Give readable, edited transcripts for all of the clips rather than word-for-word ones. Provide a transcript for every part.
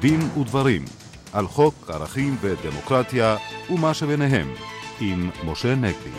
דין ודברים על חוק ערכים ודמוקרטיה ומה שביניהם עם משה נגבי.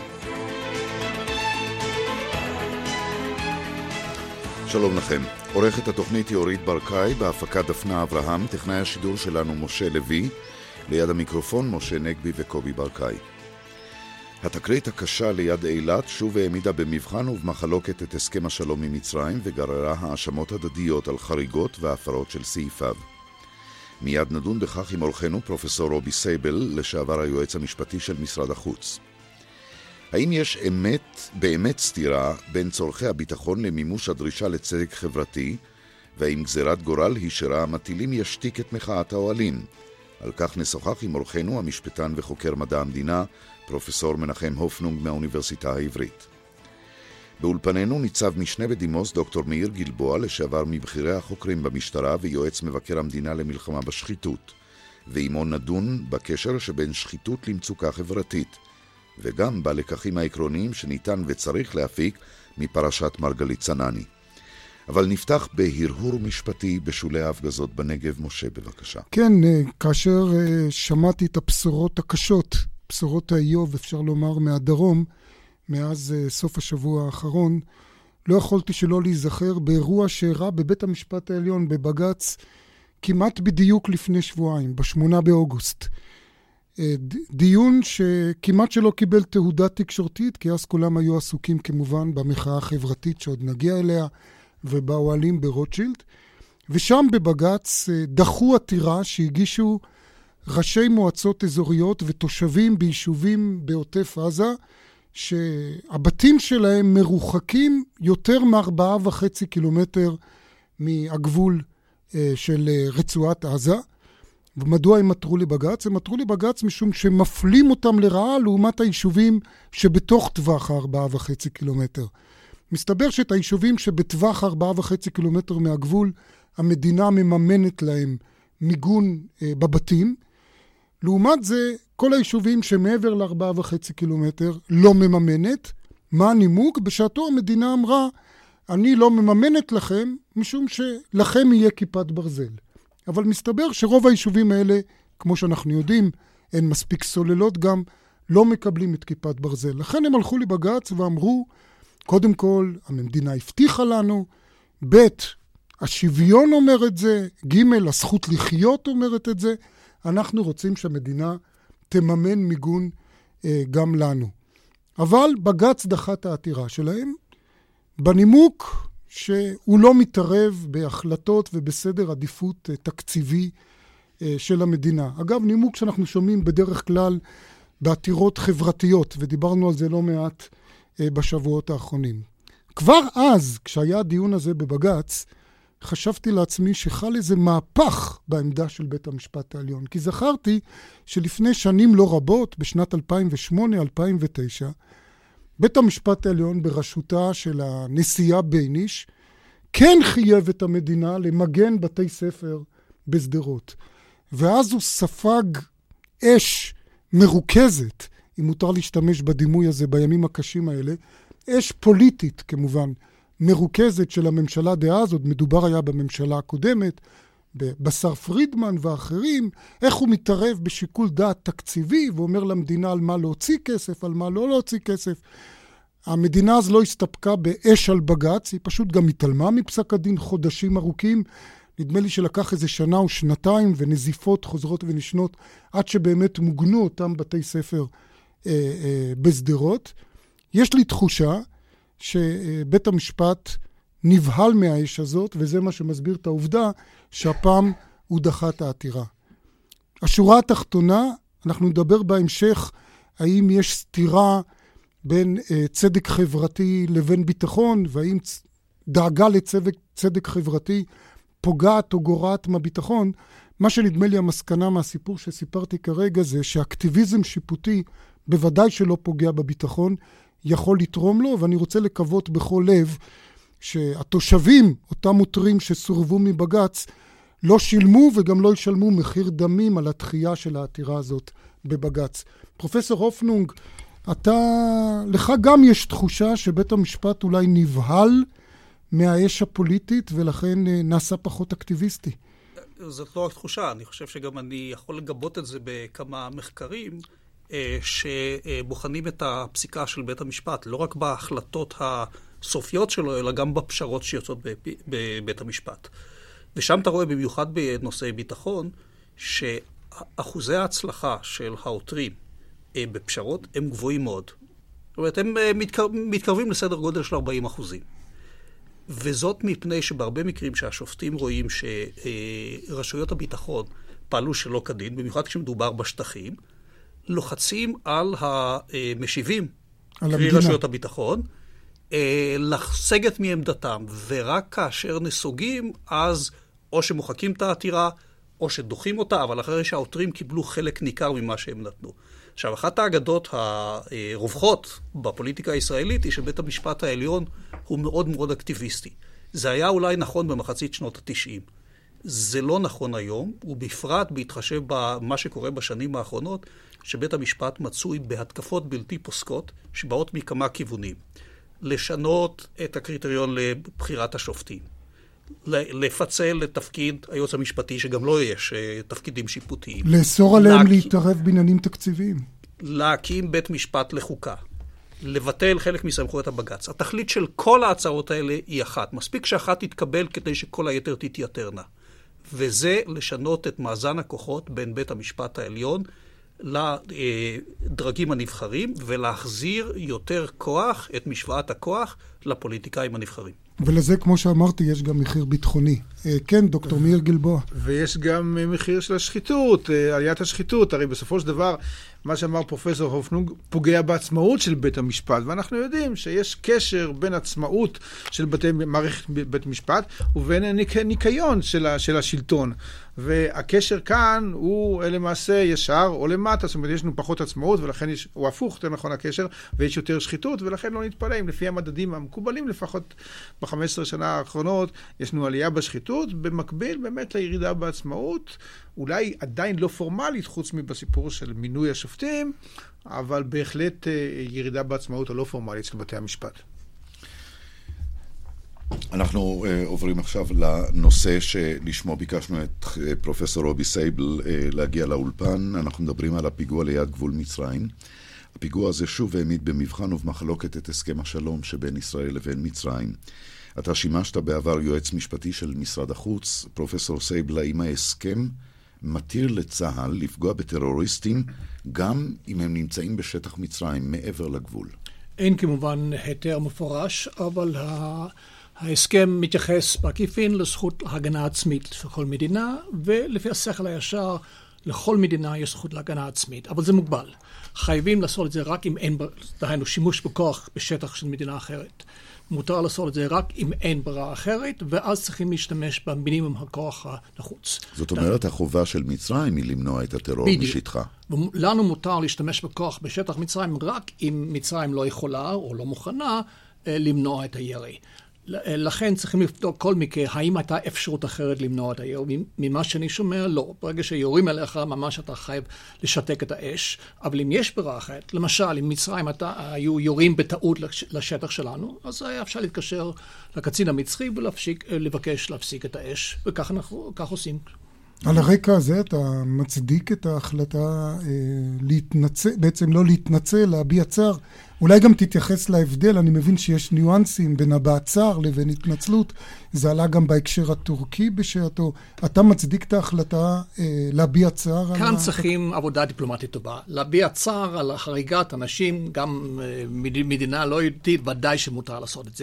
שלום לכם. עורכת התוכנית היא אורית ברקאי, בהפקת דפנה אברהם, טכנאי השידור שלנו משה לוי, ליד המיקרופון משה נגבי וקובי ברקאי. התקרית הקשה ליד אילת שוב העמידה במבחן ובמחלוקת את הסכם השלום ממצרים וגררה האשמות הדדיות על חריגות והפרות של סעיפיו. מיד נדון בכך עם אורחנו פרופסור רובי סייבל, לשעבר היועץ המשפטי של משרד החוץ. האם יש באמת סתירה בין צורכי הביטחון למימוש הדרישה לצדק חברתי, והאם גזירת גורל היא שרעם הטילים ישתיק את מחאת האוהלים? על כך נשוחח עם אורחנו המשפטן וחוקר מדע המדינה, פרופסור מנחם הופנונג מהאוניברסיטה העברית. באולפנינו ניצב משנה בדימוס דוקטור מאיר גלבוע, לשעבר מבכירי החוקרים במשטרה ויועץ מבקר המדינה למלחמה בשחיתות, ועימו נדון בקשר שבין שחיתות למצוקה חברתית, וגם בלקחים העקרוניים שניתן וצריך להפיק מפרשת מרגלית צנני. אבל נפתח בהרהור משפטי בשולי ההפגזות בנגב. משה, בבקשה. כן, כאשר שמעתי את הבשורות הקשות, בשורות האיוב, אפשר לומר, מהדרום, מאז סוף השבוע האחרון, לא יכולתי שלא להיזכר באירוע שאירע בבית המשפט העליון בבג"ץ כמעט בדיוק לפני שבועיים, ב8 באוגוסט. דיון שכמעט שלא קיבל תהודה תקשורתית, כי אז כולם היו עסוקים כמובן במחאה החברתית שעוד נגיע אליה, ובאוהלים ברוטשילד. ושם בבג"ץ דחו עתירה שהגישו ראשי מועצות אזוריות ותושבים ביישובים בעוטף עזה, שהבתים שלהם מרוחקים יותר מ4.5 קילומטר מהגבול של רצועת עזה. ומדוע הם עתרו לבג"ץ? הם עתרו לבג"ץ משום שמפלים אותם לרעה לעומת היישובים שבתוך טווח 4.5 קילומטר. מסתבר שאת היישובים שבטווח 4.5 קילומטר מהגבול, המדינה מממנת להם מיגון בבתים. לעומת זה, כל היישובים שמעבר ל4.5 קילומטר לא מממנת. מה הנימוק? בשעתו המדינה אמרה, אני לא מממנת לכם, משום שלכם יהיה כיפת ברזל. אבל מסתבר שרוב היישובים האלה, כמו שאנחנו יודעים, אין מספיק סוללות גם, לא מקבלים את כיפת ברזל. לכן הם הלכו לבג"ץ ואמרו, קודם כל, המדינה הבטיחה לנו, ב', השוויון אומר את זה, ג', הזכות לחיות אומרת את זה, אנחנו רוצים שהמדינה תממן מיגון גם לנו. אבל בג"ץ דחה את העתירה שלהם, בנימוק שהוא לא מתערב בהחלטות ובסדר עדיפות תקציבי של המדינה. אגב, נימוק שאנחנו שומעים בדרך כלל בעתירות חברתיות, ודיברנו על זה לא מעט בשבועות האחרונים. כבר אז, כשהיה הדיון הזה בבג"ץ, חשבתי לעצמי שחל איזה מהפך בעמדה של בית המשפט העליון. כי זכרתי שלפני שנים לא רבות, בשנת 2008-2009, בית המשפט העליון בראשותה של הנשיאה בייניש, כן חייב את המדינה למגן בתי ספר בסדרות. ואז הוא ספג אש מרוכזת, אם מותר להשתמש בדימוי הזה בימים הקשים האלה, אש פוליטית כמובן, מרוכזת של הממשלה דאז, עוד מדובר היה בממשלה הקודמת, בשר פרידמן ואחרים, איך הוא מתערב בשיקול דעת תקציבי, ואומר למדינה על מה להוציא כסף, על מה לא להוציא כסף. המדינה אז לא הסתפקה באש על בג"ץ, היא פשוט גם התעלמה מפסק הדין חודשים ארוכים, נדמה לי שלקח איזה שנה או שנתיים, ונזיפות חוזרות ונשנות, עד שבאמת מוגנו אותם בתי ספר בסדרות. יש לי תחושה שבית המשפט נבהל מהאש הזאת, וזה מה שמסביר את העובדה שהפעם הוא דחה את העתירה. השורה התחתונה, אנחנו נדבר בהמשך האם יש סתירה בין צדק חברתי לבין ביטחון, והאם דאגה לצדק חברתי פוגעת או גורעת מהביטחון. מה שנדמה לי המסקנה מהסיפור שסיפרתי כרגע זה שאקטיביזם שיפוטי בוודאי שלא פוגע בביטחון, יכול לתרום לו, ואני רוצה לקוות בכל לב שהתושבים, אותם עותרים שסורבו מבג"ץ, לא שילמו וגם לא ישלמו מחיר דמים על התחייה של העתירה הזאת בבג"ץ. פרופסור הופנונג, לך גם יש תחושה שבית המשפט אולי נבהל מהאש הפוליטית ולכן נעשה פחות אקטיביסטי. זאת לא רק תחושה, אני חושב שגם אני יכול לגבות את זה בכמה מחקרים שבוחנים את הפסיקה של בית המשפט, לא רק בהחלטות הסופיות שלו, אלא גם בפשרות שיוצאות בבית המשפט. ושם אתה רואה במיוחד בנושאי ביטחון, שאחוזי ההצלחה של העותרים בפשרות הם גבוהים מאוד. זאת אומרת, הם מתקרבים לסדר גודל של 40%. וזאת מפני שבהרבה מקרים שהשופטים רואים שרשויות הביטחון פעלו שלא כדין, במיוחד כשמדובר בשטחים, לוחצים על המשיבים, קרי רשויות הביטחון, לסגת מעמדתם, ורק כאשר נסוגים, אז או שמוחקים את העתירה, או שדוחים אותה, אבל אחרי שהעותרים קיבלו חלק ניכר ממה שהם נתנו. עכשיו, אחת האגדות הרווחות בפוליטיקה הישראלית היא שבית המשפט העליון הוא מאוד מאוד אקטיביסטי. זה היה אולי נכון במחצית שנות ה-90. זה לא נכון היום, ובפרט בהתחשב במה שקורה בשנים האחרונות, שבית המשפט מצוי בהתקפות בלתי פוסקות, שבאות מכמה כיוונים. לשנות את הקריטריון לבחירת השופטים. לפצל לתפקיד היועץ המשפטי, שגם לא יש תפקידים שיפוטיים. לאסור עליהם להתערב בעניינים תקציביים. להקים בית משפט לחוקה. לבטל חלק מסמכויות הבג"ץ. התכלית של כל ההצעות האלה היא אחת. מספיק שאחת תתקבל כדי שכל היתר תתייתרנה. וזה לשנות את מאזן הכוחות בין בית המשפט העליון לדרגים הנבחרים, ולהחזיר יותר כוח, את משוואת הכוח, לפוליטיקאים הנבחרים. ולזה, כמו שאמרתי, יש גם מחיר ביטחוני. כן, דוקטור מאיר גלבוע. ויש גם מחיר של השחיתות, עליית השחיתות. הרי בסופו של דבר, מה שאמר פרופסור הופנונג פוגע בעצמאות של בית המשפט, ואנחנו יודעים שיש קשר בין עצמאות של מערכת בית משפט ובין הניקיון של השלטון. והקשר כאן הוא למעשה ישר או למטה, זאת אומרת יש לנו פחות עצמאות ולכן הוא הפוך, יותר נכון הקשר, ויש יותר שחיתות, ולכן לא נתפלא אם לפי המדדים המקובלים, לפחות ב-15 שנה האחרונות, יש לנו עלייה בשחיתות, במקביל באמת לירידה בעצמאות, אולי עדיין לא פורמלית, חוץ מבסיפור של מינוי השופטים, אבל בהחלט ירידה בעצמאות הלא פורמלית של בתי המשפט. אנחנו עוברים עכשיו לנושא שלשמו ביקשנו את פרופסור רובי סייבל להגיע לאולפן. אנחנו מדברים על הפיגוע ליד גבול מצרים. הפיגוע הזה שוב העמיד במבחן ובמחלוקת את הסכם השלום שבין ישראל לבין מצרים. אתה שימשת בעבר יועץ משפטי של משרד החוץ. פרופסור סייבל, האם ההסכם מתיר לצה"ל לפגוע בטרוריסטים גם אם הם נמצאים בשטח מצרים מעבר לגבול? אין כמובן היתר מפורש, אבל ההסכם מתייחס בעקיפין לזכות להגנה עצמית של כל מדינה, ולפי השכל הישר לכל מדינה יש זכות להגנה עצמית, אבל זה מוגבל. חייבים לעשות את זה רק אם אין, דהיינו שימוש בכוח בשטח של מדינה אחרת. מותר לעשות את זה רק אם אין ברירה אחרת, ואז צריכים להשתמש במינימום הכוח הנחוץ. זאת אומרת, החובה של מצרים היא למנוע את הטרור משטחה. לנו מותר להשתמש בכוח בשטח מצרים רק אם מצרים לא יכולה או לא מוכנה למנוע את הירי. לכן צריכים לבדוק כל מקרה, האם הייתה אפשרות אחרת למנוע את הירי. ממה שאני שומע, לא. ברגע שיורים עליך, ממש אתה חייב לשתק את האש. אבל אם יש ברירה אחרת, למשל, אם מצרים היו יורים בטעות לשטח שלנו, אז היה אפשר להתקשר לקצין המצרי ולבקש להפסיק את האש. וכך עושים. על הרקע הזה אתה מצדיק את ההחלטה להתנצל, בעצם לא להתנצל, להביע צער. אולי גם תתייחס להבדל, אני מבין שיש ניואנסים בין הבעת צער לבין התנצלות. זה עלה גם בהקשר הטורקי בשעתו. אתה מצדיק את ההחלטה להביע צער? כאן צריכים עבודה דיפלומטית טובה. להביע צער על הריגת אנשים, גם מדינה לא יהודית, ודאי שמותר לעשות את זה.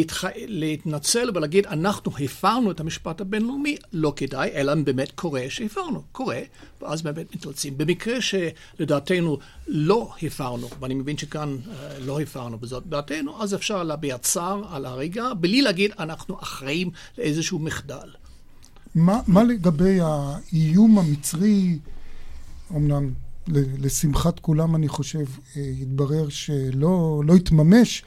להתנצל ולהגיד, אנחנו הפרנו את המשפט הבינלאומי, לא כדאי, אלא באמת קורה שהפרנו. קורה, ואז באמת מתרצים. במקרה שלדעתנו לא הפרנו, ואני מבין שכאן לא הפרנו בזאת דעתנו, אז אפשר להביע צער על הריגה, בלי להגיד אנחנו אחראים לאיזשהו מחדל. מה לגבי האיום המצרי, אמנם לשמחת כולם אני חושב, התברר שלא התממש,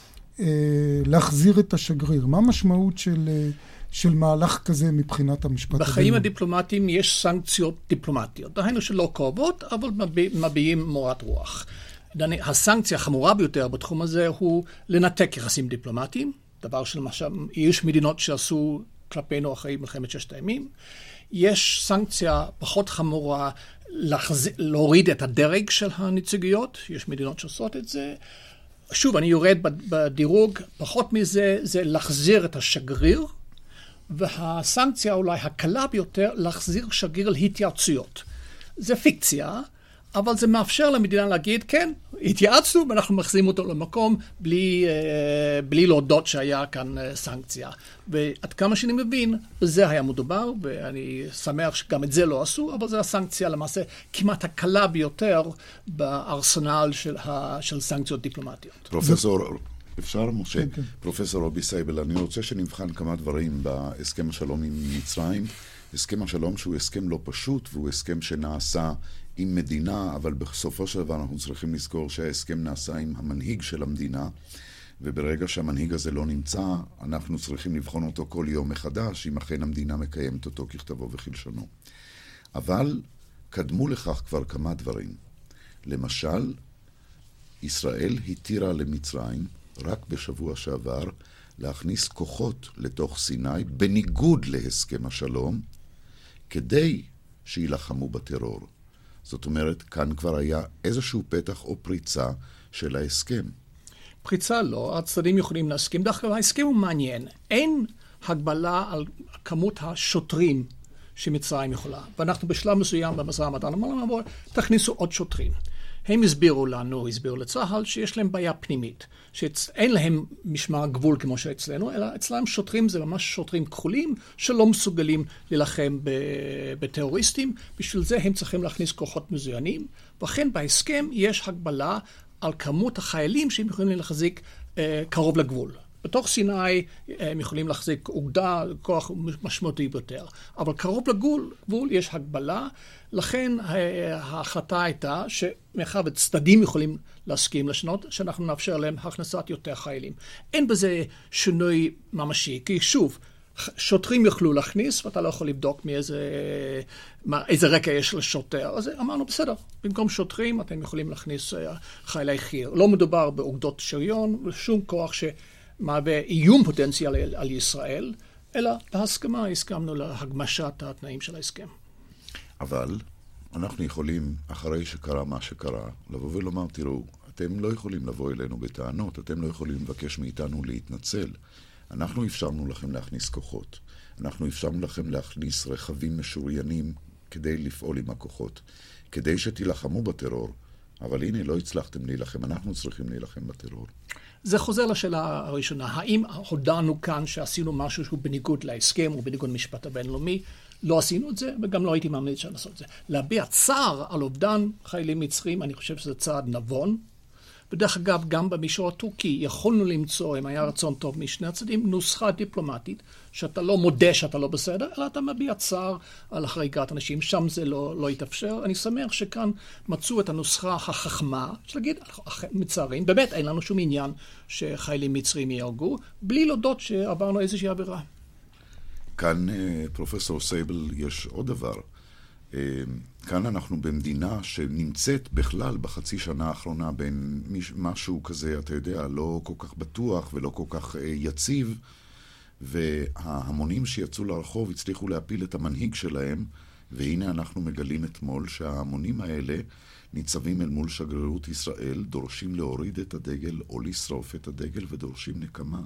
להחזיר את השגריר? מה המשמעות של מהלך כזה מבחינת המשפט? בחיים הדיפלומטיים יש סנקציות דיפלומטיות, דהיינו שלא כואבות, אבל מביעים מורת רוח. הסנקציה החמורה ביותר בתחום הזה הוא לנתק יחסים דיפלומטיים, דבר שלמשל יש מדינות שעשו כלפינו אחרי מלחמת ששת הימים. יש סנקציה פחות חמורה להוריד את הדרג של הנציגויות, יש מדינות שעושות את זה. שוב, אני יורד בדירוג, פחות מזה זה להחזיר את השגריר, והסנקציה אולי הקלה ביותר, להחזיר שגריר להתייעצויות. זה פיקציה, אבל זה מאפשר למדינה להגיד, כן, התייעצנו ואנחנו מחזירים אותו למקום בלי להודות שהיה כאן סנקציה. ועד כמה שאני מבין, בזה היה מדובר, ואני שמח שגם את זה לא עשו, אבל זו הסנקציה למעשה כמעט הקלה ביותר בארסנל של סנקציות דיפלומטיות. פרופסור, אפשר, משה? כן. פרופסור רובי סייבל, אני רוצה שנבחן כמה דברים בהסכם השלום עם מצרים. הסכם השלום שהוא הסכם לא פשוט, והוא הסכם שנעשה עם מדינה, אבל בסופו של דבר אנחנו צריכים לזכור שההסכם נעשה עם המנהיג של המדינה, וברגע שהמנהיג הזה לא נמצא, אנחנו צריכים לבחון אותו כל יום מחדש, אם אכן המדינה מקיימת אותו ככתבו וכלשונו. אבל קדמו לכך כבר כמה דברים. למשל, ישראל התירה למצרים, רק בשבוע שעבר, להכניס כוחות לתוך סיני, בניגוד להסכם השלום, כדי שילחמו בטרור. זאת אומרת, כאן כבר היה איזשהו פתח או פריצה של ההסכם. פריצה לא, הצדדים יכולים להסכים. דווקא ההסכם הוא מעניין. אין הגבלה על כמות השוטרים שמצרים יכולה. ואנחנו בשלב מסוים במשא ומתן אמרנו, תכניסו עוד שוטרים. הם הסבירו לצה"ל שיש להם בעיה פנימית, שאין להם משמר גבול כמו שאצלנו, אלא אצלם שוטרים זה ממש שוטרים כחולים שלא מסוגלים להילחם בטרוריסטים, בשביל זה הם צריכים להכניס כוחות מזוינים, וכן בהסכם יש הגבלה על כמות החיילים שהם יכולים להחזיק קרוב לגבול. בתוך סיני הם יכולים להחזיק אוגדה, כוח משמעותי ביותר. אבל קרוב לגבול יש הגבלה, לכן ההחלטה הייתה שמאחר וצדדים יכולים להסכים לשנות, שאנחנו נאפשר להם הכנסת יותר חיילים. אין בזה שינוי ממשי, כי שוב, שוטרים יוכלו להכניס, ואתה לא יכול לבדוק איזה רקע יש לשוטר. אז אמרנו, בסדר, במקום שוטרים אתם יכולים להכניס חיילי חי"ר. לא מדובר באוגדות שריון, ושום כוח מהווה איום פוטנציאלי על ישראל, אלא בהסכמה הסכמנו להגמשת התנאים של ההסכם. אבל אנחנו יכולים, אחרי שקרה מה שקרה, לבוא ולומר, תראו, אתם לא יכולים לבוא אלינו בטענות, אתם לא יכולים לבקש מאיתנו להתנצל. אנחנו אפשרנו לכם להכניס כוחות. אנחנו אפשרנו לכם להכניס רכבים משוריינים כדי לפעול עם הכוחות, כדי שתילחמו בטרור. אבל הנה, לא הצלחתם להילחם, אנחנו צריכים להילחם בטרור. זה חוזר לשאלה הראשונה. האם הודענו כאן שעשינו משהו שהוא בניגוד להסכם או בניגוד למשפט הבינלאומי? לא עשינו את זה, וגם לא הייתי ממליץ לעשות את זה. להביע צער על אובדן חיילים מצרים, אני חושב שזה צעד נבון. בדרך אגב, גם במישור הטורקי יכולנו למצוא, אם היה רצון טוב משני הצדדים, נוסחה דיפלומטית, שאתה לא מודה שאתה לא בסדר, אלא אתה מביע צער על החריגת אנשים, שם זה לא יתאפשר. אני שמח שכאן מצאו את הנוסחה החכמה, שלהגיד, מצערים, באמת אין לנו שום עניין שחיילים מצרים יהרגו, בלי להודות שעברנו איזושהי עבירה. כאן, פרופסור סייבל, יש עוד דבר. כאן אנחנו במדינה שנמצאת בכלל בחצי שנה האחרונה בין משהו כזה, אתה יודע, לא כל כך בטוח ולא כל כך יציב, וההמונים שיצאו לרחוב הצליחו להפיל את המנהיג שלהם, והנה אנחנו מגלים אתמול שההמונים האלה ניצבים אל מול שגרירות ישראל, דורשים להוריד את הדגל או לשרוף את הדגל ודורשים נקמה.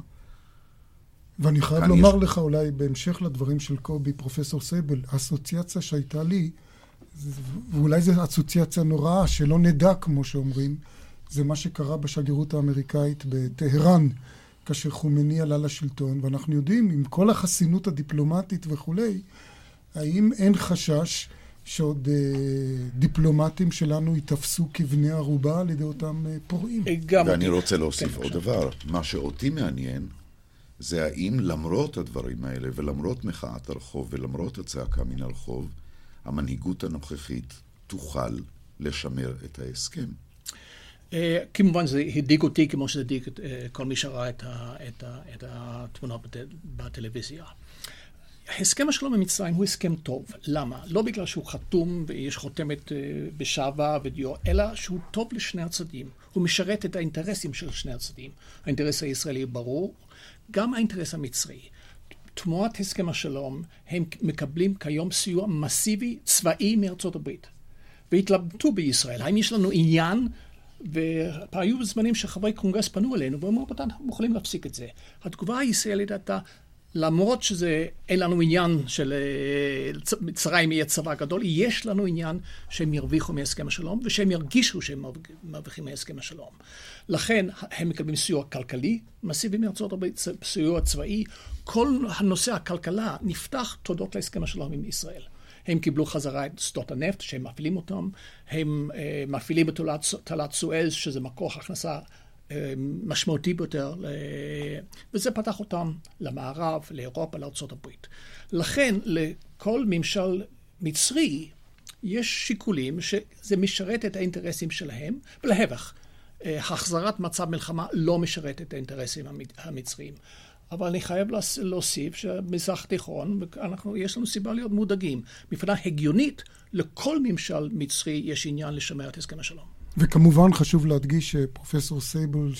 ואני חייב לומר לך, אולי בהמשך לדברים של קובי, פרופסור סייבל, האסוציאציה שהייתה לי, ואולי זו אסוציאציה נוראה, שלא נדע כמו שאומרים, זה מה שקרה בשגרירות האמריקאית בטהרן, כאשר חומני עלה לשלטון, ואנחנו יודעים, עם כל החסינות הדיפלומטית וכולי, האם אין חשש שעוד דיפלומטים שלנו יתפסו כבני ערובה על ידי אותם פורעים? ואני רוצה להוסיף עוד דבר. מה שאותי מעניין, זה האם למרות הדברים האלה, ולמרות מחאת הרחוב, ולמרות הצעקה מן הרחוב, המנהיגות הנוכחית תוכל לשמר את ההסכם. כמובן זה הדאיג אותי כמו שזה הדאיג כל מי שראה את התמונות בטלוויזיה. הסכם השלום עם מצרים הוא הסכם טוב. למה? לא בגלל שהוא חתום ויש חותמת בשעבה ודיו, אלא שהוא טוב לשני הצדדים. הוא משרת את האינטרסים של שני הצדדים. האינטרס הישראלי ברור, גם האינטרס המצרי. תמורת הסכם השלום הם מקבלים כיום סיוע מסיבי צבאי מארצות הברית. והתלבטו בישראל, האם יש לנו עניין, והיו בזמנים שחברי קונגרס פנו אלינו ואמרו, אנחנו יכולים להפסיק את זה. התגובה הישראלית הייתה, למרות שזה אין לנו עניין של מצרים יהיה צבא גדול, יש לנו עניין שהם ירוויחו מהסכם השלום, ושהם ירגישו שהם מרוויחים מהסכם השלום. לכן הם מקבלים סיוע כלכלי, מסיבי מארצות הברית, סיוע צבאי. כל הנושא הכלכלה נפתח תודות להסכם השלום עם ישראל. הם קיבלו חזרה את שדות הנפט שהם מפעילים אותם, הם מפעילים את תעלת סואץ, שזה מקור הכנסה משמעותי ביותר, וזה פתח אותם למערב, לאירופה, לארצות הברית. לכן לכל ממשל מצרי יש שיקולים שזה משרת את האינטרסים שלהם, ולהפך, החזרת מצב מלחמה לא משרת את האינטרסים המצריים. אבל אני חייב להוסיף שבמזרח התיכון, יש לנו סיבה להיות מודאגים. מבחינה הגיונית, לכל ממשל מצרי יש עניין לשמר את הסכם השלום. וכמובן חשוב להדגיש פרופסור סייבל,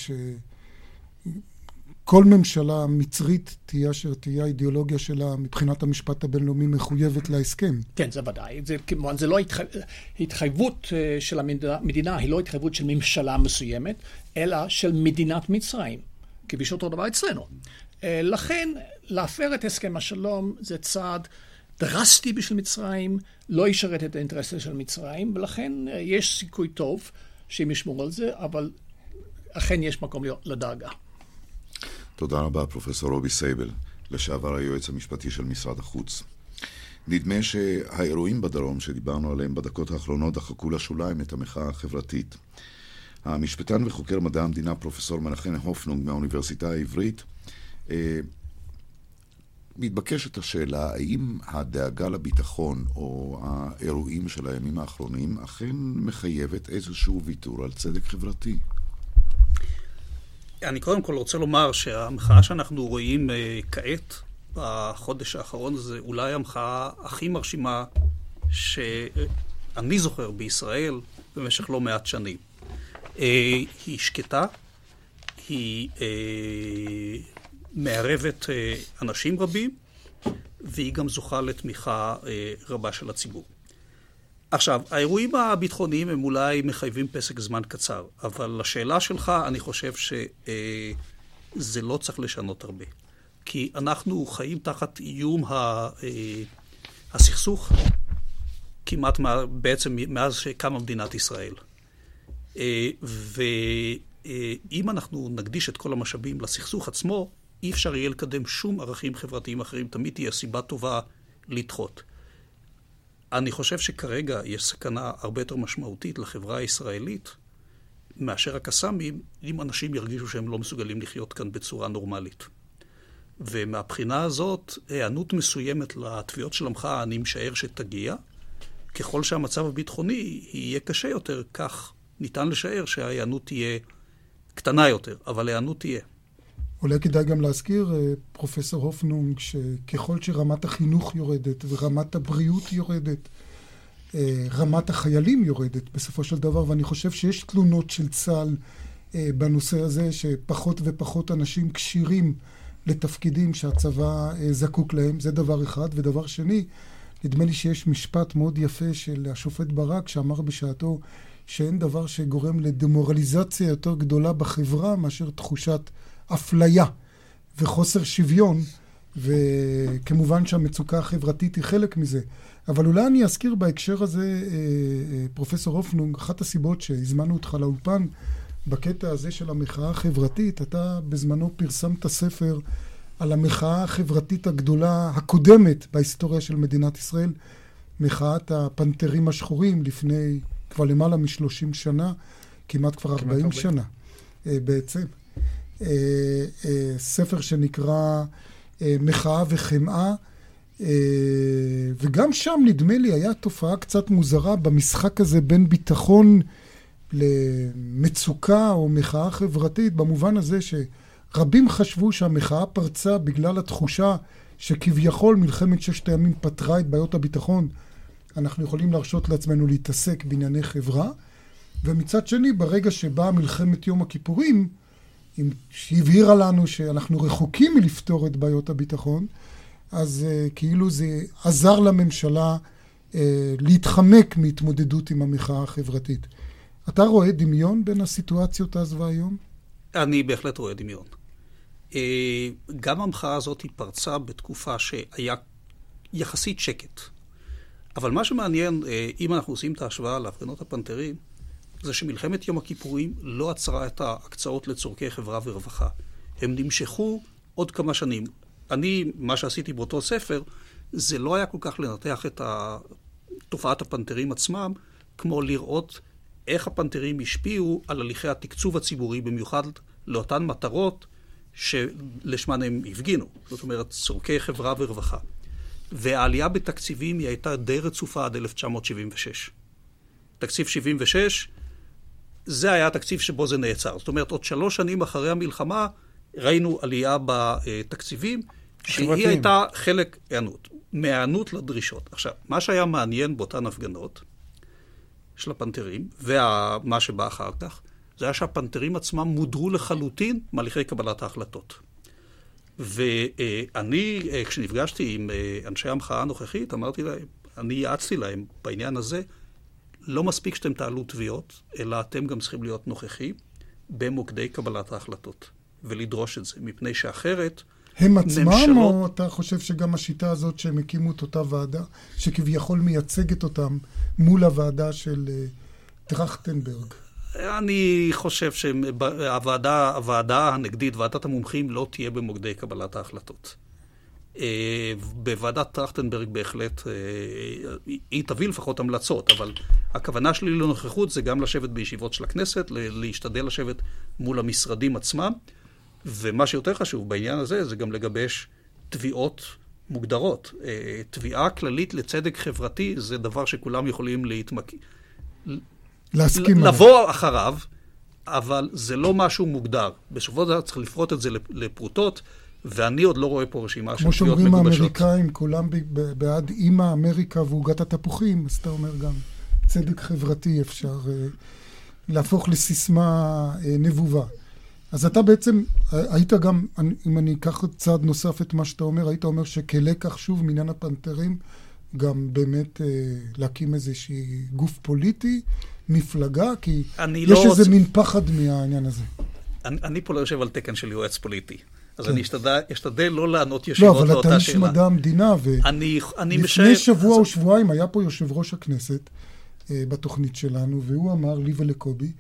שכל ממשלה מצרית תהיה אשר תהיה האידיאולוגיה שלה מבחינת המשפט הבינלאומי מחויבת להסכם. כן, זה ודאי. כמובן, זה לא התחייבות של המדינה, היא לא התחייבות של ממשלה מסוימת, אלא של מדינת מצרים, כפי שאותו דבר אצלנו. לכן, להפר את הסכם השלום זה צעד דרסטי בשביל מצרים, לא ישרת את האינטרסים של מצרים, ולכן יש סיכוי טוב שהם ישמעו על זה, אבל אכן יש מקום לדאגה. תודה רבה, פרופסור רובי סייבל, לשעבר היועץ המשפטי של משרד החוץ. נדמה שהאירועים בדרום שדיברנו עליהם בדקות האחרונות דחקו לשוליים את המחאה החברתית. המשפטן וחוקר מדע המדינה פרופסור מנחם הופנונג מהאוניברסיטה העברית מתבקשת השאלה, האם הדאגה לביטחון או האירועים של הימים האחרונים אכן מחייבת איזשהו ויתור על צדק חברתי? אני קודם כל רוצה לומר שהמחאה שאנחנו רואים כעת, בחודש האחרון, זה אולי המחאה הכי מרשימה שאני זוכר בישראל במשך לא מעט שנים. היא שקטה, היא מערבת אנשים רבים, והיא גם זוכה לתמיכה רבה של הציבור. עכשיו, האירועים הביטחוניים הם אולי מחייבים פסק זמן קצר, אבל לשאלה שלך אני חושב שזה לא צריך לשנות הרבה. כי אנחנו חיים תחת איום הסכסוך כמעט בעצם מאז שקמה מדינת ישראל. ואם אנחנו נקדיש את כל המשאבים לסכסוך עצמו, אי אפשר יהיה לקדם שום ערכים חברתיים אחרים, תמיד תהיה סיבה טובה לדחות. אני חושב שכרגע יש סכנה הרבה יותר משמעותית לחברה הישראלית מאשר הקסאמים, אם אנשים ירגישו שהם לא מסוגלים לחיות כאן בצורה נורמלית. ומהבחינה הזאת, הענות מסוימת לתביעות של המחאה, אני משער שתגיע. ככל שהמצב הביטחוני יהיה קשה יותר, כך ניתן לשער שהענות תהיה קטנה יותר, אבל הענות תהיה. אולי כדאי גם להזכיר, פרופסור הופנונג, שככל שרמת החינוך יורדת ורמת הבריאות יורדת, רמת החיילים יורדת בסופו של דבר, ואני חושב שיש תלונות של צה"ל בנושא הזה, שפחות ופחות אנשים כשירים לתפקידים שהצבא זקוק להם. זה דבר אחד. ודבר שני, נדמה לי שיש משפט מאוד יפה של השופט ברק, שאמר בשעתו שאין דבר שגורם לדמורליזציה יותר גדולה בחברה מאשר תחושת אפליה וחוסר שוויון, וכמובן שהמצוקה החברתית היא חלק מזה. אבל אולי אני אזכיר בהקשר הזה, פרופסור הופנונג, אחת הסיבות שהזמנו אותך לאולפן בקטע הזה של המחאה החברתית, אתה בזמנו פרסמת ספר על המחאה החברתית הגדולה הקודמת בהיסטוריה של מדינת ישראל, מחאת הפנתרים השחורים לפני כבר למעלה מ-30 שנה, כמעט כבר 40 שנה בעצם. ספר שנקרא מחאה וחמאה, וגם שם נדמה לי היה תופעה קצת מוזרה במשחק הזה בין ביטחון למצוקה או מחאה חברתית, במובן הזה שרבים חשבו שהמחאה פרצה בגלל התחושה שכביכול מלחמת ששת הימים פתרה את בעיות הביטחון, אנחנו יכולים להרשות לעצמנו להתעסק בענייני חברה, ומצד שני ברגע שבאה מלחמת יום הכיפורים, שהבהירה לנו שאנחנו רחוקים מלפתור את בעיות הביטחון, אז כאילו זה עזר לממשלה להתחמק מהתמודדות עם המחאה החברתית. אתה רואה דמיון בין הסיטואציות אז והיום? אני בהחלט רואה דמיון. גם המחאה הזאת היא פרצה בתקופה שהיה יחסית שקט. אבל מה שמעניין, אם אנחנו עושים את ההשוואה להפגנות הפנתרים, זה שמלחמת יום הכיפורים לא עצרה את ההקצאות לצורכי חברה ורווחה. הם נמשכו עוד כמה שנים. מה שעשיתי באותו ספר, זה לא היה כל כך לנתח את תופעת הפנתרים עצמם, כמו לראות איך הפנתרים השפיעו על הליכי התקצוב הציבורי, במיוחד לאותן מטרות שלשמן הם הפגינו. זאת אומרת, צורכי חברה ורווחה. והעלייה בתקציבים היא הייתה די רצופה עד 1976. תקציב 76, זה היה התקציב שבו זה נעצר. זאת אומרת, עוד 3 שנים אחרי המלחמה, ראינו עלייה בתקציבים, שהיא הייתה חלק מהיענות לדרישות. עכשיו, מה שהיה מעניין באותן הפגנות של הפנתרים, ומה שבא אחר כך, זה היה שהפנתרים עצמם מודרו לחלוטין מהליכי קבלת ההחלטות. ואני, כשנפגשתי עם אנשי המחאה הנוכחית, אמרתי להם, אני יעצתי להם בעניין הזה, לא מספיק שאתם תעלו תביעות, אלא אתם גם צריכים להיות נוכחים במוקדי קבלת ההחלטות, ולדרוש את זה, מפני שאחרת הם עצמם, או אתה חושב שגם השיטה הזאת שהם הקימו את אותה ועדה, שכביכול מייצגת אותם מול הוועדה של טרכטנברג? אני חושב שהוועדה הנגדית, ועדת המומחים, לא תהיה במוקדי קבלת ההחלטות. בוועדת טרכטנברג בהחלט, היא תביא לפחות המלצות, אבל הכוונה שלי לנוכחות זה גם לשבת בישיבות של הכנסת, להשתדל לשבת מול המשרדים עצמם, ומה שיותר חשוב בעניין הזה זה גם לגבש תביעות מוגדרות. תביעה כללית לצדק חברתי זה דבר שכולם יכולים לבוא אחריו, אבל זה לא משהו מוגדר. בסופו של דבר צריך לפרוט את זה לפרוטות, ואני עוד לא רואה פה רשימה של תביעות מגובשות. כמו שאומרים האמריקאים, כולם בעד אימא אמריקה ועוגת התפוחים, אז אתה אומר גם צדק חברתי אפשר להפוך לסיסמה נבובה. אז אתה בעצם, היית גם, אם אני אקח צעד נוסף את מה שאתה אומר, היית אומר שכלקח שוב מעניין הפנתרים, גם באמת להקים איזושהי גוף פוליטי, מפלגה, כי יש איזה מין פחד מהעניין הזה. אני פה לא יושב על תקן של יועץ פוליטי, אז אני אשתדל לא לענות ישירות לאותה שאלה. לא, אבל אתה איש מדע המדינה, ולפני שבוע או שבועיים היה פה יושב ראש הכנסת בתוכנית שלנו, והוא אמר לי ולקובי,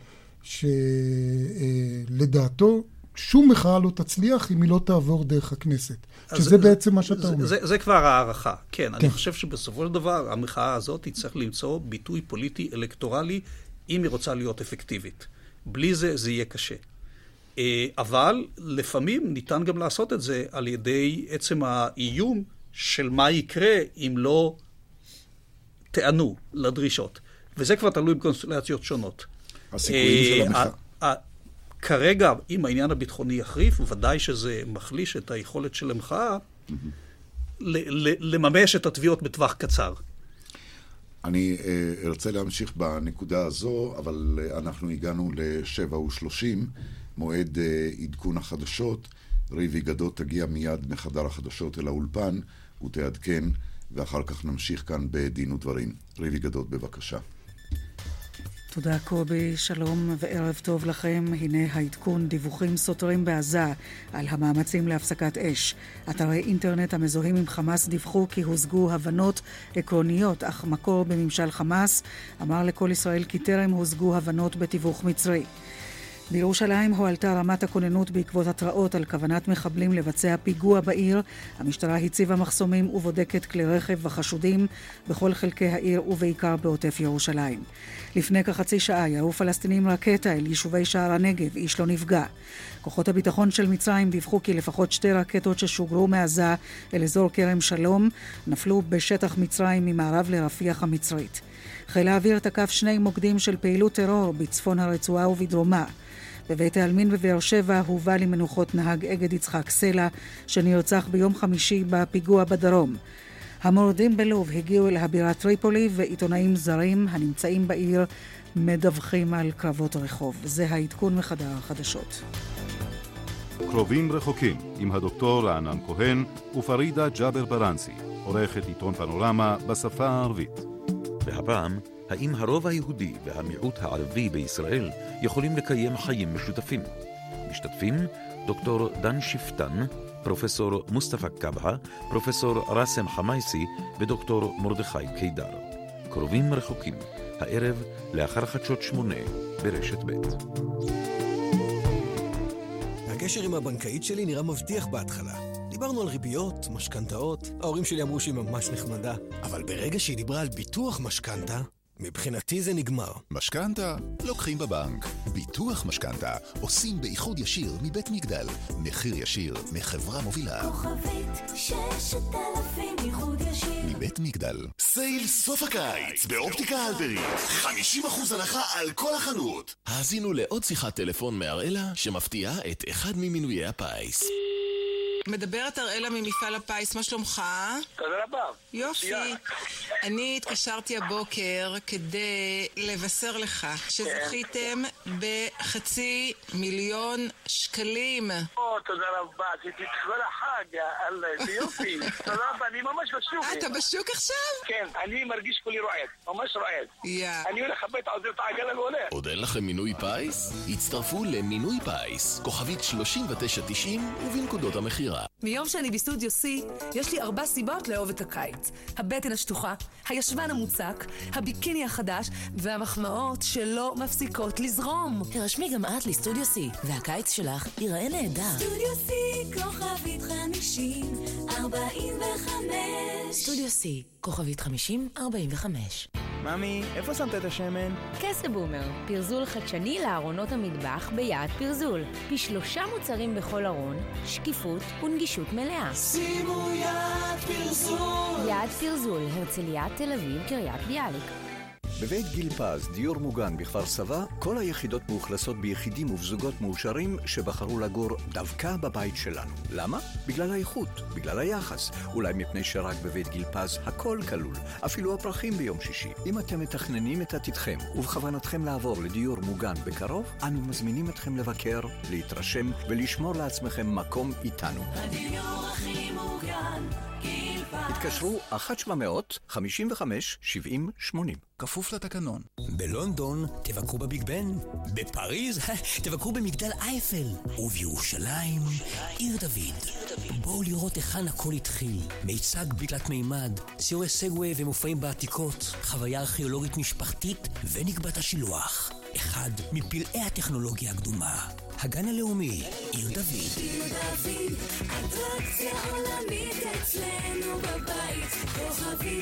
שלדעתו שום מחאה לא תצליח אם היא לא תעבור דרך הכנסת. שזה בעצם מה שאתה אומר. זה כבר הערכה. כן, אני חושב שבסופו של דבר המחאה הזאת תצטרך למצוא ביטוי פוליטי אלקטורלי אם היא רוצה להיות אפקטיבית. בלי זה, זה יהיה קשה. אבל לפעמים ניתן גם לעשות את זה על ידי עצם האיום של מה יקרה אם לא תענו לדרישות. וזה כבר תלוי בקונסטלציות שונות. הסיכויים של המחאה. כרגע, אם העניין הביטחוני יחריף, ודאי שזה מחליש את היכולת של המחאה לממש את התביעות בטווח קצר. אני ארצה להמשיך בנקודה הזו, אבל אנחנו הגענו ל7:30, מועד עדכון החדשות. ריבי גדות תגיע מיד מחדר החדשות אל האולפן, ותעדכן, ואחר כך נמשיך כאן בדין ודברים. ריבי גדות, בבקשה. תודה קובי, שלום וערב טוב לכם. הנה העדכון, דיווחים סותרים בעזה על המאמצים להפסקת אש. אתרי אינטרנט המזוהים עם חמאס דיווחו כי הושגו הבנות עקרוניות, אך מקור בממשל חמאס אמר לכל ישראל כי טרם הושגו הבנות בתיווך מצרי. בירושלים הועלתה רמת הכוננות בעקבות התראות על כוונת מחבלים לבצע פיגוע בעיר. המשטרה הציבה מחסומים ובודקת כלי רכב וחשודים בכל חלקי העיר ובעיקר בעוטף ירושלים. לפני כחצי שעה ירו פלסטינים רקטה אל יישובי שער הנגב, איש לא נפגע. כוחות הביטחון של מצרים דיווחו כי לפחות 2 רקטות ששוגרו מעזה אל אזור כרם שלום נפלו בשטח מצרים ממערב לרפיח המצרית. חיל האוויר תקף 2 מוקדים של פעילות טרור בצפון הרצועה ובדרומה. בבית העלמין בבאר שבע הובא למנוחות נהג אגד יצחק סלע שנרצח ביום חמישי בפיגוע בדרום. המורדים בלוב הגיעו אל הבירה טריפולי, ועיתונאים זרים הנמצאים בעיר מדווחים על קרבות רחוב. זה העדכון מחדר החדשות. קרובים רחוקים עם הדוקטור רענן כהן ופרידה ג'אבר ברנסי, עורכת עיתון פנורמה בשפה הערבית. והפעם, האם הרוב היהודי והמיעוט הערבי בישראל יכולים לקיים חיים משותפים? משתתפים דוקטור דן שפטן, פרופסור מוסטפא קבהה, פרופסור רסם חמייסי ודוקטור מרדכי קידר. קרובים רחוקים, הערב לאחר חדשות 8 ברשת ב'. הקשר עם הבנקאית שלי נראה מבטיח בהתחלה. דיברנו על ריביות, משכנתאות, ההורים שלי אמרו שהיא ממש נחמדה. אבל ברגע שהיא דיברה על ביטוח משכנתה, מבחינתי זה נגמר. משכנתה לוקחים בבנק. ביטוח משכנתה עושים באיחוד ישיר מבית מגדל. מחיר ישיר מחברה מובילה. כוכבית 6000 איחוד ישיר מבית מגדל. סייל סוף הקיץ באופטיקה הלפרין. 50% הנחה על כל החנות. האזינו לעוד שיחת טלפון מאראלה שמפתיעה את אחד ממינויי הפיס. מדברת אראלה ממפעל הפיס, מה שלומך? תודה רבה. יופי. אני התקשרתי הבוקר כדי לבשר לך שזכיתם ב500,000 שקלים. תודה רבה, עשיתי את כל החג, אללה, זה יופי. תודה רבה, אני ממש בשוק. אתה בשוק עכשיו? כן, אני מרגיש כולי רועד, ממש רועד. אני הולך לבית עוזר את העגלה והולך. עוד אין לכם מינוי פיס? הצטרפו למינוי פיס, כוכבית 3990 ובנקודות המחירה. מיום שאני בסטודיו C, יש לי 4 סיבות לאהוב את הקיץ. הבטן השטוחה, הישבן המוצק, הביקיני החדש, והמחמאות שלא מפסיקות לזרום. תרשמי גם את לסטודיו C, והקיץ שלך ייראה נהדר. סטודיו C, כוכבית 5045. סטודיו C, כוכבית 5045. ממי, איפה שמת את השמן? קסבומר, פרזול חדשני לארונות המטבח ביעד פרזול. ב3 מוצרים בכל ארון, שקיפות ונגישות מלאה. שימו יעד פרזול. יעד פרזול, הרצליה, תל אביב, קריית ביאליק. בבית גיל פז, דיור מוגן בכפר סבא, כל היחידות מאוכלסות ביחידים ובזוגות מאושרים שבחרו לגור דווקא בבית שלנו. למה? בגלל האיכות, בגלל היחס. אולי מפני שרק בבית גיל פז הכל כלול, אפילו הפרחים ביום שישי. אם אתם מתכננים את עתידכם ובכוונתכם לעבור לדיור מוגן בקרוב, אנו מזמינים אתכם לבקר, להתרשם ולשמור לעצמכם מקום איתנו. הדיור הכי מוגן, גיל פז. התקשרו 1-700-55-70-80. כפוף לתקנון. בלונדון תבקרו בביג בן, בפריז תבקרו במגדל אייפל, ובירושלים עיר דוד. בואו לראות היכן הכל התחיל. מיצג בתלת מימד, סיורי סגווי ומופעים בעתיקות, חוויה ארכיאולוגית משפחתית ונקבת השילוח. אחד מפלאי הטכנולוגיה הקדומה. הגן הלאומי, עיר דוד. עיר דוד, אטרקציה עולמית אצלנו בבית. כוכבית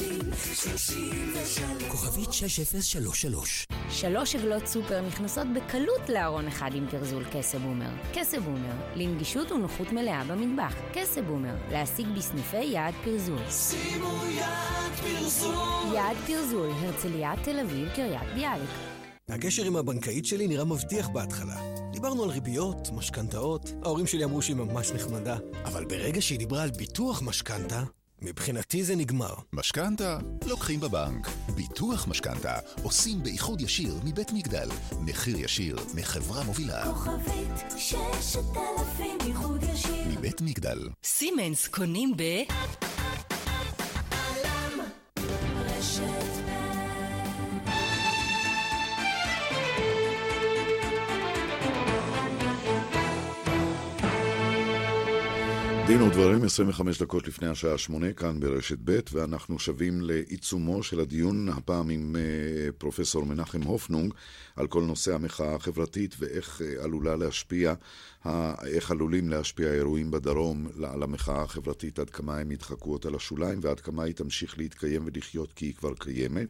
6033. כוכבית 6033. 3 עגלות סופר נכנסות בקלות לארון אחד עם פרזול קסבומר. קסבומר, לנגישות ונוחות מלאה במטבח. קסבומר, להשיג בסניפי יעד פרזול. שימו יעד פרזול. יעד פרזול, הרצליה, תל אביב, קריית ביאליק. הקשר עם הבנקאית שלי נראה מבטיח בהתחלה. דיברנו על ריביות, משכנתאות, ההורים שלי אמרו שהיא ממש נחמדה. אבל ברגע שהיא דיברה על ביטוח משכנתה, מבחינתי זה נגמר. משכנתה לוקחים בבנק. ביטוח משכנתה עושים באיחוד ישיר מבית מגדל. מחיר ישיר מחברה מובילה. כוכבית 6000 איחוד ישיר מבית מגדל. סימנס קונים ב... עלם רשת דין ודברים, 25 דקות לפני השעה 8, כאן ברשת ב', ואנחנו שבים לעיצומו של הדיון, הפעם עם פרופסור מנחם הופנונג, על כל נושא המחאה החברתית ואיך עלולים להשפיע האירועים בדרום על המחאה החברתית, עד כמה הם ידחקו אותה לשוליים, ועד כמה היא תמשיך להתקיים ולחיות כי היא כבר קיימת.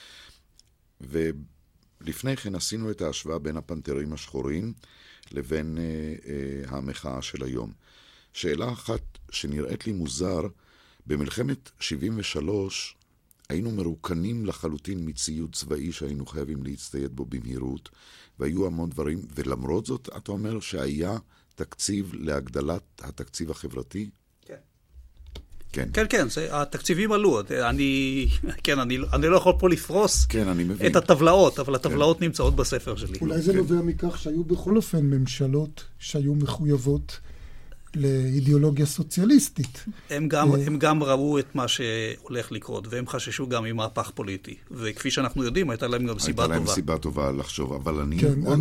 ולפני כן עשינו את ההשוואה בין הפנתרים השחורים לבין המחאה של היום. שאלה אחת שנראית לי מוזר, במלחמת 73 היינו מרוקנים לחלוטין מציוד צבאי שהיינו חייבים להצטייד בו במהירות, והיו המון דברים, ולמרות זאת אתה אומר שהיה תקציב להגדלת התקציב החברתי? כן. כן. כן, כן, התקציבים עלו. אני לא יכול פה לפרוס את הטבלאות, אבל הטבלאות נמצאות בספר שלי. אולי זה נובע מכך שהיו בכל אופן ממשלות שהיו מחויבות לאידיאולוגיה סוציאליסטית. הם גם ראו את מה שהולך לקרות, והם חששו גם ממהפך פוליטי. וכפי שאנחנו יודעים, הייתה להם גם סיבה טובה. הייתה להם סיבה טובה לחשוב, אבל אני...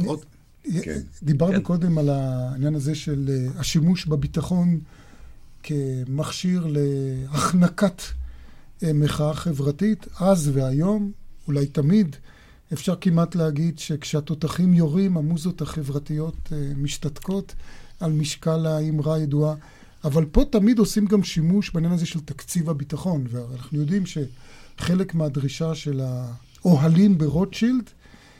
דיברנו קודם על העניין הזה של השימוש בביטחון כמכשיר להחנקת מחאה חברתית, אז והיום, אולי תמיד, אפשר כמעט להגיד שכשהתותחים יורים, המוזות החברתיות משתתקות על משקל האמרה הידועה, אבל פה תמיד עושים גם שימוש בעניין הזה של תקציב הביטחון, ואנחנו יודעים שחלק מהדרישה של האוהלים ברוטשילד,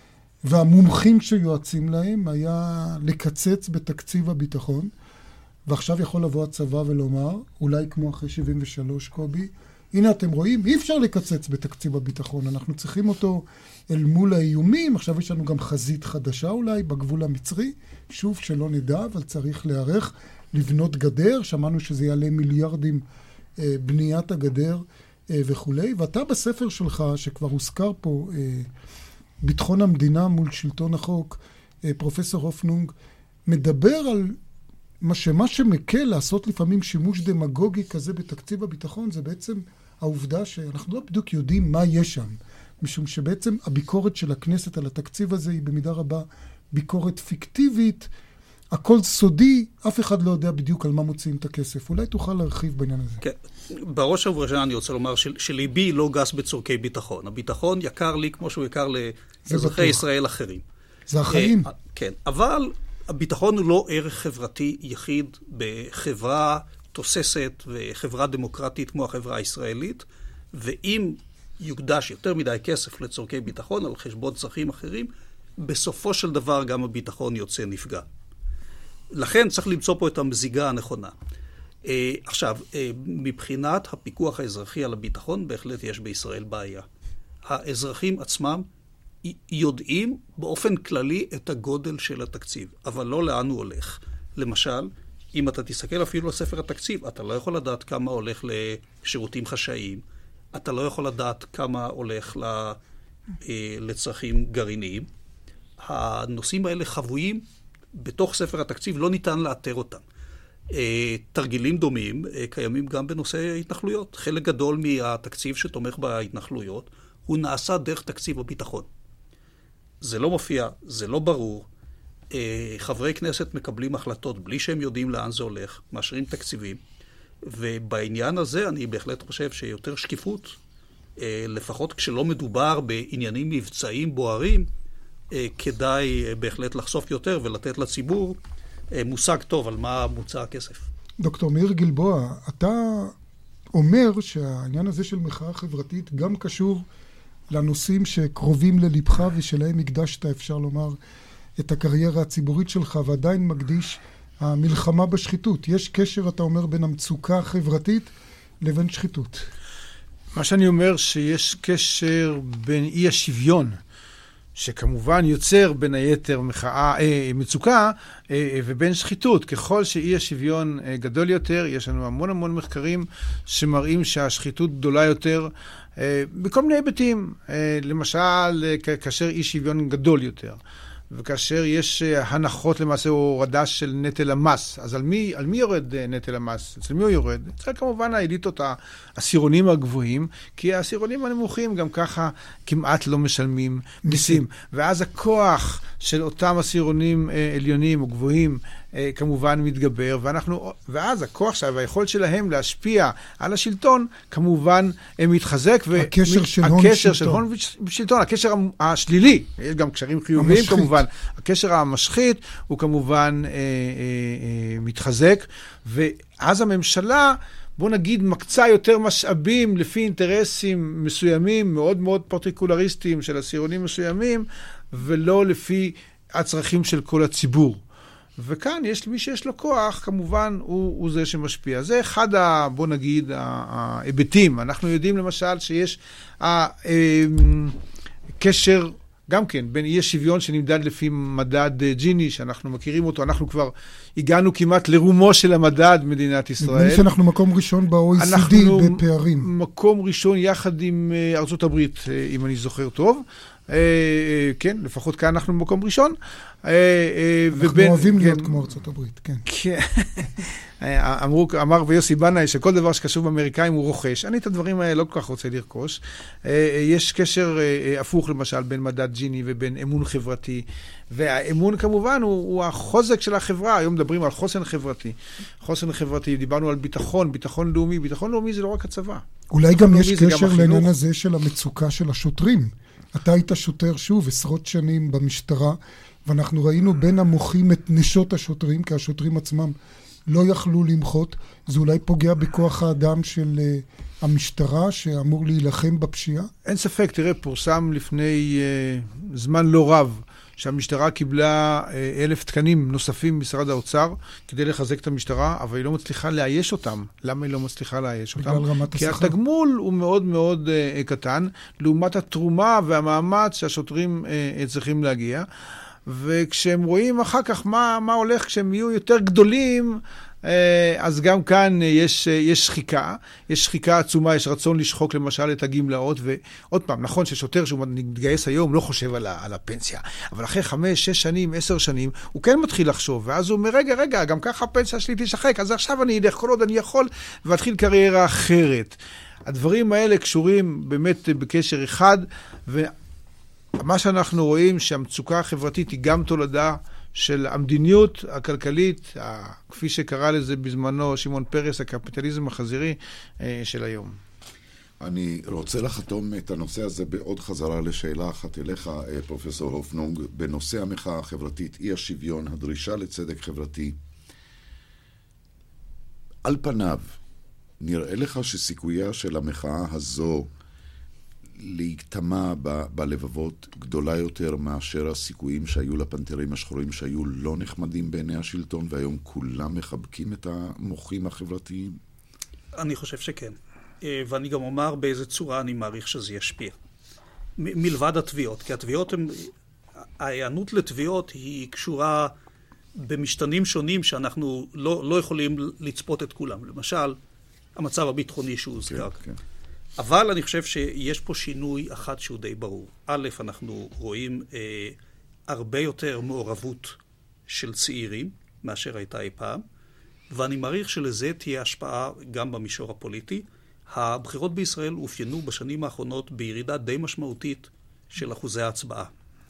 והמומחים שיועצים להם היה לקצץ בתקציב הביטחון, ועכשיו יכול לבוא הצבא ולומר, אולי כמו אחרי 73 קובי, הנה אתם רואים, אי אפשר לקצץ בתקציב הביטחון, אנחנו צריכים אותו אל מול האיומים, עכשיו יש לנו גם חזית חדשה אולי בגבול המצרי, שוב שלא נדע, אבל צריך להיערך, לבנות גדר, שמענו שזה יעלה מיליארדים בניית הגדר וכו'. ואתה בספר שלך, שכבר הוזכר פה, ביטחון המדינה מול שלטון החוק, פרופסור הופנונג, מדבר על מה שמקל לעשות לפעמים שימוש דמגוגי כזה בתקציב הביטחון, זה בעצם העובדה שאנחנו לא בדיוק יודעים מה יש שם, משום שבעצם הביקורת של הכנסת על התקציב הזה היא במידה רבה ביקורת פיקטיבית, הכל סודי, אף אחד לא יודע בדיוק על מה מוציאים את הכסף. אולי תוכל להרחיב בעניין הזה. כן. בראש ובראשונה אני רוצה לומר שליבי לא גס בצורכי ביטחון. הביטחון יקר לי כמו שהוא יקר לאזרחי ישראל אחרים. זה החיים. כן, אבל הביטחון הוא לא ערך חברתי יחיד בחברה תוססת וחברה דמוקרטית כמו החברה הישראלית, ואם יוקדש יותר מדי כסף לצורכי ביטחון על חשבון צרכים אחרים, בסופו של דבר גם הביטחון יוצא נפגע. לכן צריך למצוא פה את המזיגה הנכונה. עכשיו, מבחינת הפיקוח האזרחי על הביטחון, בהחלט יש בישראל בעיה. האזרחים עצמם יודעים באופן כללי את הגודל של התקציב, אבל לא לאן הוא הולך. למשל, אם אתה תסתכל אפילו על ספר התקציב, אתה לא יכול לדעת כמה הולך לשירותים חשאיים, אתה לא יכול לדעת כמה הולך לצרכים גרעיניים. הנושאים האלה חבויים בתוך ספר התקציב, לא ניתן לאתר אותם. תרגילים דומים קיימים גם בנושא התנחלויות. חלק גדול מהתקציב שתומך בהתנחלויות הוא נעשה דרך תקציב הביטחון. זה לא מופיע, זה לא ברור. חברי כנסת מקבלים החלטות בלי שהם יודעים לאן זה הולך, מאשרים תקציבים. ובעניין הזה אני בהחלט חושב שיותר שקיפות, לפחות כשלא מדובר בעניינים מבצעיים בוערים, כדאי בהחלט לחשוף יותר ולתת לציבור מושג טוב על מה מוצא הכסף. דוקטור מאיר גלבוע, אתה אומר שהעניין הזה של מחאה חברתית גם קשור לנושאים שקרובים ללבך ושלהם הקדשת, אפשר לומר, את הקריירה הציבורית שלך, ועדיין מקדיש המלחמה בשחיתות. יש קשר, אתה אומר, בין המצוקה החברתית לבין שחיתות. מה שאני אומר שיש קשר בין אי השוויון, שכמובן יוצר בין היתר מצוקה ובין שחיתות. ככל שאי השוויון גדול יותר, יש לנו המון מחקרים שמראים שהשחיתות גדולה יותר בכל מיני היבטים. למשל, כאשר אי שוויון גדול יותר, וכאשר יש הנחות למעשה הורדה של נטל המס, אז על מי יורד נטל המס? אצל מי הוא יורד? אצל כמובן האליטות העשירונים הגבוהים, כי העשירונים הנמוכים גם ככה כמעט לא משלמים מיסים. ואז הכוח של אותם עשירונים עליונים או גבוהים כמובן מתגבר, ואז הכוח שלהם והיכולת שלהם להשפיע על השלטון כמובן מתחזק. הקשר של הון ושלטון, הקשר השלילי, יש גם קשרים חיוביים כמובן, הקשר המשחית הוא כמובן מתחזק, ואז הממשלה, בוא נגיד, מקצה יותר משאבים לפי אינטרסים מסוימים, מאוד מאוד פרטיקולריסטיים של עשירונים מסוימים, ולא לפי הצרכים של כל הציבור. וכאן יש מי שיש לו כוח, כמובן הוא זה שמשפיע. זה אחד, בוא נגיד, ההיבטים. אנחנו יודעים למשל שיש קשר גם כן, בין אי השוויון שנמדד לפי מדד ג'יני, שאנחנו מכירים אותו, אנחנו כבר הגענו כמעט לרומו של המדד מדינת ישראל. נדמה לי שאנחנו מקום ראשון ב-OECD בפערים. מקום ראשון יחד עם ארצות הברית, אם אני זוכר טוב. כן, לפחות כאן אנחנו במקום ראשון. אנחנו אוהבים להיות כמו ארצות הברית, כן. כן. אמר ויוסי בנאי שכל דבר שקשור באמריקאים הוא רוכש. אני את הדברים האלה לא כל כך רוצה לרכוש. יש קשר הפוך למשל בין מדד ג'יני ובין אמון חברתי. והאמון כמובן הוא החוזק של החברה. היום מדברים על חוסן חברתי. חוסן חברתי, דיברנו על ביטחון, ביטחון לאומי. ביטחון לאומי זה לא רק הצבא. אולי גם יש קשר לעניין הזה של המצוקה של השוטרים. אתה היית שוטר שוב עשרות שנים במשטרה, ואנחנו ראינו בין המוחים את נשות השוטרים, כי השוטרים עצמם לא יכלו למחות. זה אולי פוגע בכוח האדם של המשטרה שאמור להילחם בפשיעה? אין ספק, תראה, פורסם לפני זמן לא רב, שהמשטרה קיבלה 1,000 תקנים נוספים ממשרד האוצר כדי לחזק את המשטרה, אבל היא לא מצליחה לאייש אותם. למה היא לא מצליחה לאייש אותם? בגלל רמת השכר. כי התגמול הוא מאוד מאוד קטן, לעומת התרומה והמאמץ שהשוטרים צריכים להגיע. וכשהם רואים אחר כך מה הולך כשהם יהיו יותר גדולים, אז גם כאן יש שחיקה, יש שחיקה עצומה, יש רצון לשחוק למשל את הגמלאות, ועוד פעם, נכון ששוטר שהוא מתגייס היום לא חושב על הפנסיה, אבל אחרי 5, 6 שנים, 10 שנים, הוא כן מתחיל לחשוב, ואז הוא אומר, רגע, גם ככה הפנסיה שלי תשחק, אז עכשיו אני אלך כל עוד אני יכול, ואתחיל קריירה אחרת. הדברים האלה קשורים באמת בקשר אחד, ומה שאנחנו רואים שהמצוקה החברתית היא גם תולדה של המדיניות הכלכלית, כפי שקרא לזה בזמנו שמעון פרס, הקפיטליזם החזירי של היום. אני רוצה לחתום את הנושא הזה בעוד חזרה לשאלה אחת אליך, פרופסור הופנונג, בנושא המחאה החברתית, אי השוויון, הדרישה לצדק חברתי. על פניו, נראה לך שסיכויה של המחאה הזו להיטמע בלבבות גדולה יותר מאשר הסיכויים שהיו לפנתרים השחורים שהיו לא נחמדים בעיני השלטון, והיום כולם מחבקים את המוחים החברתיים? אני חושב שכן. ואני גם אומר באיזה צורה אני מעריך שזה ישפיע. מלבד התביעות, כי התביעות הן, ההיענות לתביעות היא קשורה במשתנים שונים שאנחנו לא יכולים לצפות את כולם. למשל, המצב הביטחוני שהוזכר. כן. אבל אני חושב שיש פה שינוי אחד שהוא די ברור. א', אנחנו רואים הרבה יותר מעורבות של צעירים מאשר הייתה אי פעם, ואני מעריך שלזה תהיה השפעה גם במישור הפוליטי. הבחירות בישראל אופיינו בשנים האחרונות בירידה די משמעותית של אחוזי ההצבעה.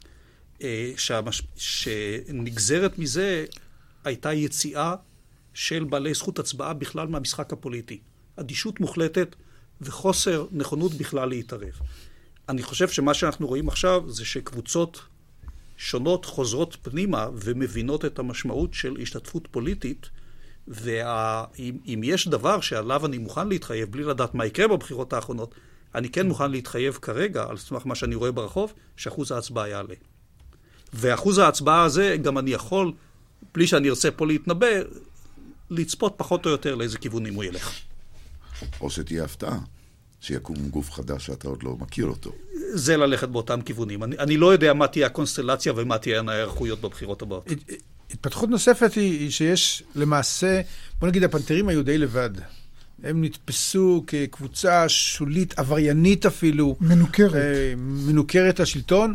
שנגזרת מזה הייתה יציאה של בעלי זכות הצבעה בכלל מהמשחק הפוליטי. אדישות מוחלטת וחוסר נכונות בכלל להתערב. אני חושב שמה שאנחנו רואים עכשיו זה שקבוצות שונות חוזרות פנימה ומבינות את המשמעות של השתתפות פוליטית, ואם יש דבר שעליו אני מוכן להתחייב בלי לדעת מה יקרה בבחירות האחרונות, אני כן מוכן להתחייב כרגע, על סמך מה שאני רואה ברחוב, שאחוז ההצבעה יעלה. ואחוז ההצבעה הזה גם אני יכול, בלי שאני ארצה פה להתנבא, לצפות פחות או יותר לאיזה כיוונים הוא ילך. או שתהיה הפתעה, שיקום גוף חדש שאתה עוד לא מכיר אותו. זה ללכת באותם כיוונים. אני לא יודע מה תהיה הקונסטלציה ומה תהיה ההיערכויות בבחירות הבאות. התפתחות נוספת היא שיש למעשה, בוא נגיד, הפנתרים היו די לבד. הם נתפסו כקבוצה שולית, עבריינית אפילו. מנוכרת השלטון.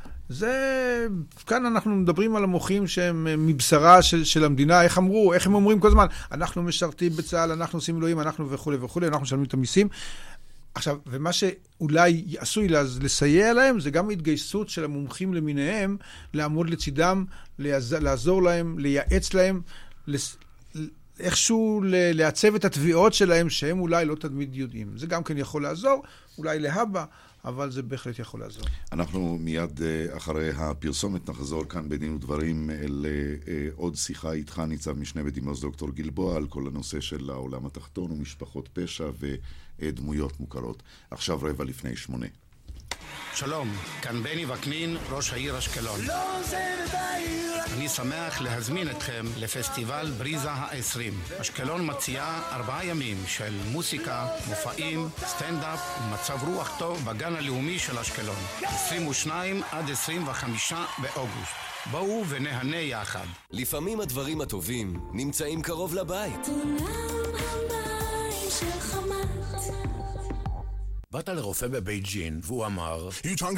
כאן אנחנו מדברים על המוחים שהם מבשרה של המדינה, איך הם אומרים כל הזמן, אנחנו משרתים בצה"ל, אנחנו עושים מילואים, אנחנו וכו' וכו', אנחנו משלמים את המיסים. עכשיו, ומה שאולי עשוי לסייע להם, זה גם התגייסות של המומחים למיניהם, לעמוד לצידם, לעזור להם, לייעץ להם, איכשהו לעצב את התביעות שלהם, שהם אולי לא תמיד יודעים. זה גם כן יכול לעזור, אולי להבא, אבל זה בהחלט יכול לעזור. אנחנו מיד אחרי הפרסומת נחזור כאן בדין ודברים אל עוד שיחה איתך, ניצב משנה בדימוס דוקטור גלבוע, על כל הנושא של העולם התחתון ומשפחות פשע ודמויות מוכרות. עכשיו 7:45. שלום, כאן בני וקנין, ראש העיר אשקלון. אני שמח להזמין אתכם לפסטיבל בריזה ה-20. אשקלון מציעה 4 ימים של מוסיקה, מופעים, סטנדאפ ומצב רוח טוב בגן הלאומי של אשקלון. 22 עד 25 באוגוסט. בואו ונהנה יחד. לפעמים הדברים הטובים נמצאים קרוב לבית. באת לרופא בבייג'ין והוא אמר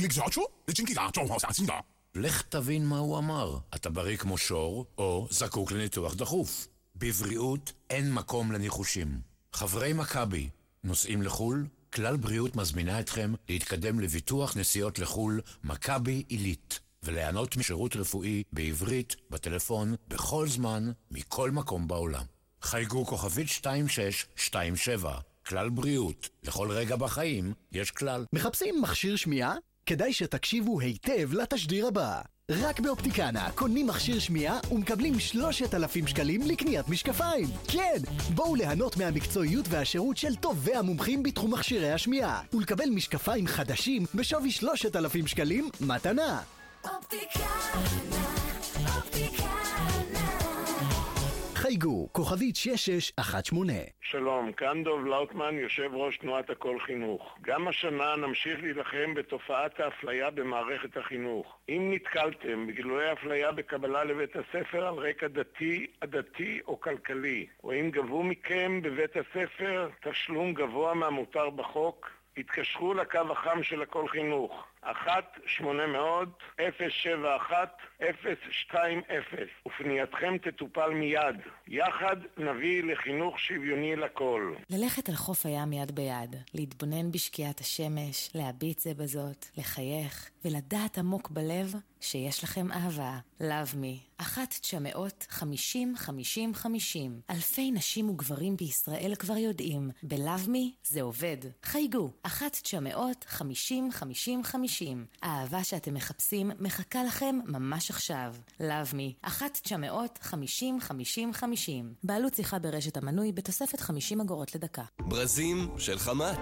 לך תבין מה הוא אמר. אתה בריא כמו שור או זקוק לניתוח דחוף. בבריאות אין מקום לניחושים. חברי מכבי נוסעים לחול? כלל בריאות מזמינה אתכם להתקדם לביטוח נסיעות לחול מכבי עילית וליהנות משירות רפואי בעברית, בטלפון, בכל זמן, מכל מקום בעולם. חייגו כוכבית 2627. כלל בריאות. לכל רגע בחיים יש כלל. מחפשים מכשיר שמיעה? כדאי שתקשיבו היטב לתשדיר הבא. רק באופטיקנה קונים מכשיר שמיעה ומקבלים 3,000 שקלים לקניית משקפיים. כן, בואו ליהנות מהמקצועיות והשירות של טובי המומחים בתחום מכשירי השמיעה ולקבל משקפיים חדשים בשווי 3,000 שקלים מתנה. אופטיקנה, אופטיקנה. חייגו, כוכבית 6618. שלום, כאן דוב לאוטמן, יושב ראש תנועת הכל חינוך. גם השנה נמשיך להילחם בתופעת האפליה במערכת החינוך. אם נתקלתם בגילויי אפליה בקבלה לבית הספר על רקע דתי, עדתי או כלכלי, או אם גבו מכם בבית הספר תשלום גבוה מהמותר בחוק, התקשרו לקו החם של הכל חינוך 1-800-071-020 ופנייתכם תטופל מיד. יחד נביא לחינוך שוויוני לכל. ללכת על חוף הים יד ביד, להתבונן בשקיעת השמש, להביט זה בזאת, לחייך ולדעת עמוק בלב שיש לכם אהבה. Love me 1-900-50-50-50. אלפי נשים וגברים בישראל כבר יודעים, ב-Love me זה עובד. חייגו 1-900-50-50-50. האהבה שאתם מחפשים מחכה לכם ממש עכשיו. Love me 1-900-50-50-50. בעלות שיחה ברשת המנוי בתוספת 50 אגורות לדקה. ברזים של חמת.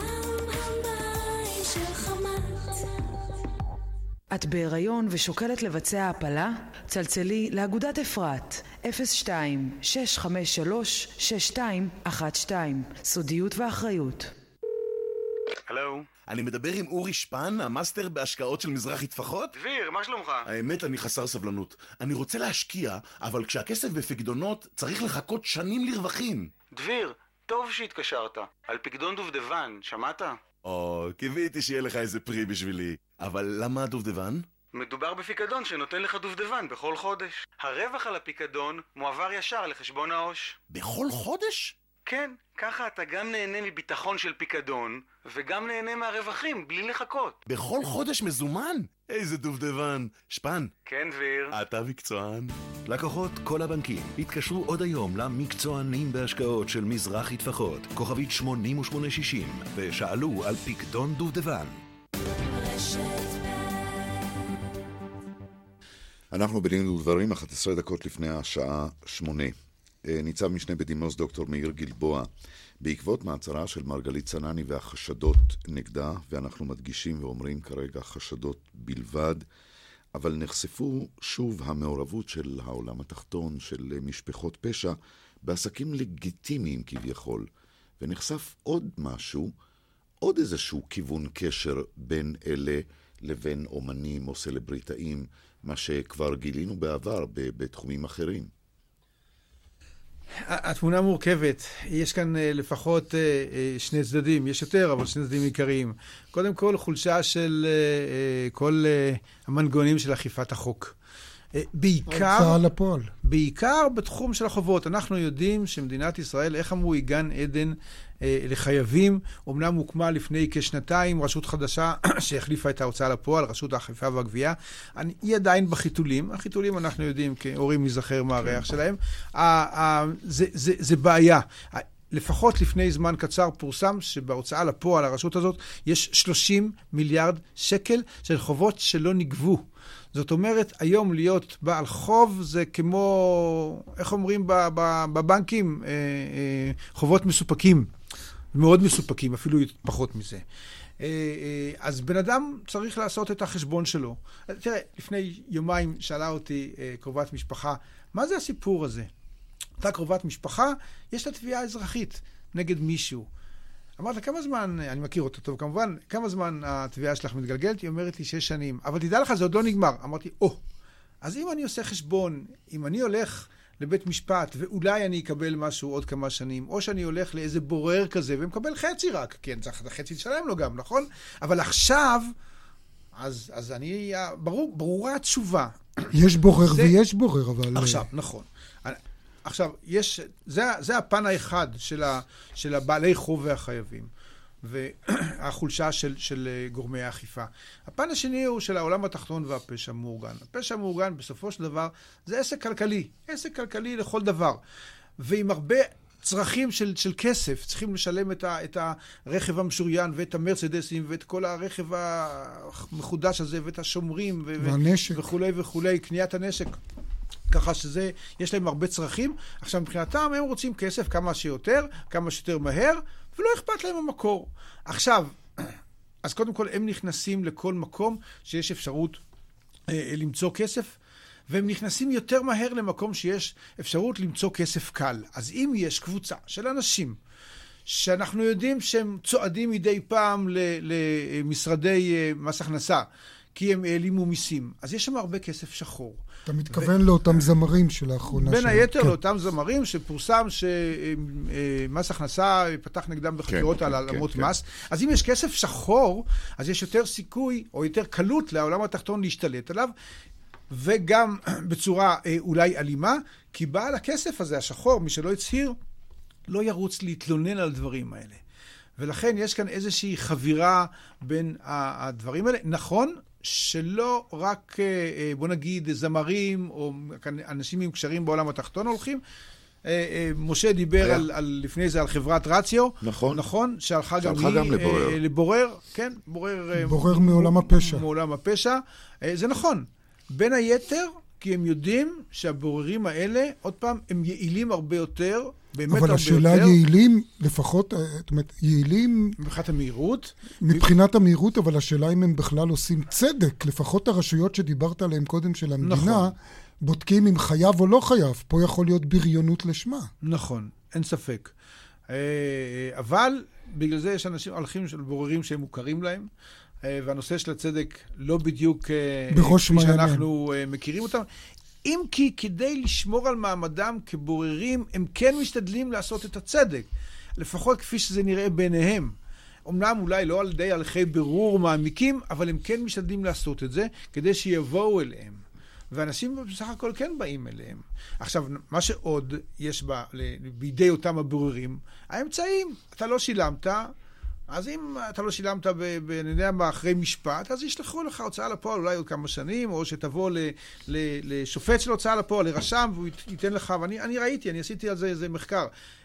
את בהיריון ושוקלת לבצע הפלה? צלצלי לאגודת אפרת 02-653-6212. סודיות ואחריות. הלו, אני מדבר עם אורי שפן, המאסטר בהשקעות של מזרחי טפחות? דביר, מה שלומך? האמת, אני חסר סבלנות. אני רוצה להשקיע, אבל כשהכסף בפקדונות צריך לחכות שנים לרווחים. דביר, טוב שהתקשרת. על פקדון דובדבן, שמעת? קיוויתי שיהיה לך איזה פרי בשבילי. אבל למה דובדבן? מדובר בפיקדון שנותן לך דובדבן בכל חודש. הרווח על הפיקדון מועבר ישר לחשבון העו"ש. בכל חודש? כן, ככה אתה גם נהנה מביטחון של פיקדון, וגם נהנה מהרווחים בלי לחכות. בכל חודש מזומן? איזה דובדבן. שפן. כן, דביר. אתה מקצוען. לקוחות כל הבנקים התקשרו עוד היום למקצוענים בהשקעות של מזרחי טפחות, כוכבית 8860, ושאלו על פקדון דובדבן. אנחנו בדין ודברים 11 דקות לפני השעה 8. ניצב משנה בדימוס דוקטור מאיר גלבוע, בעקבות מעצרה של מרגלית צנני והחשדות נגדה, ואנחנו מדגישים ואומרים כרגע חשדות בלבד, אבל נחשפו שוב המעורבות של העולם התחתון, של משפחות פשע, בעסקים לגיטימיים כביכול, ונחשף עוד משהו, עוד איזשהו כיוון קשר בין אלה לבין אומנים או סלבריטאים, מה שכבר גילינו בעבר בתחומים אחרים. התמונה מורכבת. יש כאן לפחות שני צדדים, יש יותר, אבל שני צדדים עיקריים. קודם כל, חולשה של כל המנגנונים של אכיפת החוק. בעיקר בתחום של החובות. אנחנו יודעים שמדינת ישראל, איך אמרו, היא גן עדן לחייבים. אמנם הוקמה לפני כשנתיים רשות חדשה שהחליפה את ההוצאה לפועל, רשות האכיפה והגבייה. היא עדיין בחיתולים. החיתולים אנחנו יודעים כהורים מזכר מהריח שלהם. זה בעיה. לפחות לפני זמן קצר פורסם שבהוצאה לפועל הרשות הזאת יש 30 מיליארד שקל של חובות שלא נגבו. זאת אומרת, היום להיות בעל חוב זה כמו, איך אומרים בבנקים, חובות מסופקים, מאוד מסופקים, אפילו פחות מזה. אז בן אדם צריך לעשות את החשבון שלו. תראה, לפני יומיים שאלה אותי קרובת משפחה, מה זה הסיפור הזה? אותה קרובת משפחה, יש לה תביעה אזרחית נגד מישהו. אמרת לה, כמה זמן, אני מכיר אותו טוב כמובן, כמה זמן התביעה שלך מתגלגלת? היא אומרת לי 6 שנים. אבל תדע לך, זה עוד לא נגמר. אמרתי, אז אם אני עושה חשבון, אם אני הולך לבית משפט, ואולי אני אקבל משהו עוד כמה שנים, או שאני הולך לאיזה בורר כזה, ומקבל חצי רק, כן, צריך חצי לשלם לו גם, נכון? אבל עכשיו, אז אני, ברורה התשובה. יש בורר ויש בורר, אבל... עכשיו, נכון. עכשיו, זה הפן האחד של הבעלי חוב והחייבים, והחולשה של גורמי האכיפה. הפן השני הוא של העולם התחתון והפשע המאורגן. הפשע המאורגן בסופו של דבר זה עסק כלכלי לכל דבר. ועם הרבה צרכים של כסף, צריכים לשלם את הרכב המשוריין ואת המרצדסים ואת כל הרכב המחודש הזה ואת השומרים וכולי, קניית הנשק. ככה שזה, יש להם הרבה צרכים. עכשיו, מבחינתם הם רוצים כסף כמה שיותר מהר, ולא אכפת להם המקור. עכשיו, אז קודם כל הם נכנסים לכל מקום שיש אפשרות למצוא כסף, והם נכנסים יותר מהר למקום שיש אפשרות למצוא כסף קל. אז אם יש קבוצה של אנשים שאנחנו יודעים שהם צועדים מדי פעם למשרדי מס הכנסה, כי הם העלימו מיסים, אז יש שם הרבה כסף שחור. אתה מתכוון לאותם זמרים של האחרונה. בין היתר לאותם זמרים שפורסם שמס הכנסה פתח נגדם בחקירות על העלמות מס. אז אם יש כסף שחור, אז יש יותר סיכוי או יותר קלות לעולם התחתון להשתלט עליו, וגם בצורה אולי אלימה, כי בעל הכסף הזה, השחור, מי שלא הצהיר, לא ירוץ להתלונן על הדברים האלה. ולכן יש כאן איזושהי חבירה בין הדברים האלה. נכון שלא רק, בוא נגיד, זמרים או אנשים עם קשרים בעולם התחתון הולכים. משה דיבר לפני זה על חברת רציו. נכון, שהלכה גם לבורר. כן, בורר מעולם הפשע. זה נכון. בין היתר, כי הם יודעים שהבוררים האלה, עוד פעם, הם יעילים הרבה יותר, באמת הרבה יותר. אבל השאלה יעילים, לפחות, זאת אומרת, יעילים... מבחינת המהירות. מבחינת המהירות, אבל השאלה אם הם בכלל עושים צדק. לפחות הרשויות שדיברת עליהן קודם של המדינה, בודקים אם חייב או לא חייב. פה יכול להיות בריונות לשמה. נכון, אין ספק. אבל בגלל זה יש אנשים הולכים של בוררים שהם מוכרים להם, והנושא של הצדק לא בדיוק כפי שאנחנו מכירים אותם. אם כי כדי לשמור על מעמדם כבוררים, הם כן משתדלים לעשות את הצדק. לפחות כפי שזה נראה ביניהם. אמנם אולי לא על ידי הליכי בירור מעמיקים, אבל הם כן משתדלים לעשות את זה, כדי שיבואו אליהם. ואנשים בסך הכל כן באים אליהם. עכשיו, מה שעוד יש בידי אותם הבוררים, האמצעים, אתה לא שילמת, אז אם אתה לא שילמת אחרי משפט, אז ישלחו לך הוצאה לפועל אולי עוד כמה שנים, או שתבוא לשופט של הוצאה לפועל, לרשם, והוא ייתן לך, ואני ראיתי, אני עשיתי על זה איזה מחקר.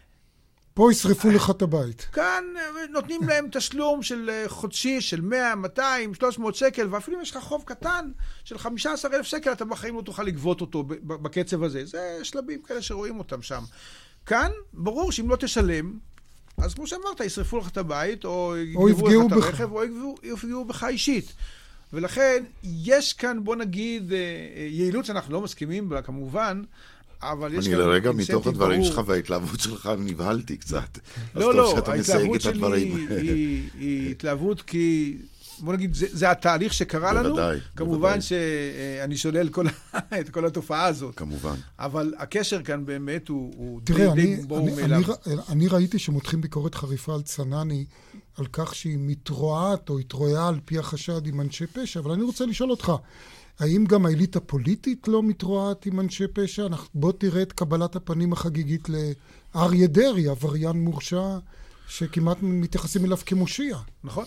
פה ישרפו לך את הבית. כאן נותנים להם תשלום של חודשי, של 100, 200, 300 שקל, ואפילו אם יש לך חוב קטן של 15,000 שקל, אתה בחיים לא תוכל לגבות אותו בקצב הזה. זה שלבים כאלה שרואים אותם שם. כאן, ברור שאם לא תשלם, אז כמו שאמרת, ישרפו לך את הבית, או יגנבו לך את הרכב, או יפגעו בך אישית. ולכן, יש כאן, בוא נגיד, יעילות שאנחנו לא מסכימים בה, כמובן, אבל יש כאן... אני לרגע מתוך הדברים שלך וההתלהבות שלך נבהלתי קצת. לא, ההתלהבות שלי היא התלהבות כי... בוא נגיד, זה התהליך שקרה לנו. כמובן שאני שולל את כל התופעה הזאת. כמובן. אבל הקשר כאן באמת הוא די ברור מאליו. אני ראיתי שמותחים ביקורת חריפה על צנני, על כך שהיא מתרועעת או התרועעה על פי החשד עם אנשי פשע, אבל אני רוצה לשאול אותך, האם גם האליטה פוליטית לא מתרועעת עם אנשי פשע? בוא תראה את קבלת הפנים החגיגית לאריה דרעי, עבריין מורשע, שכמעט מתייחסים אליו כמושיע. נכון.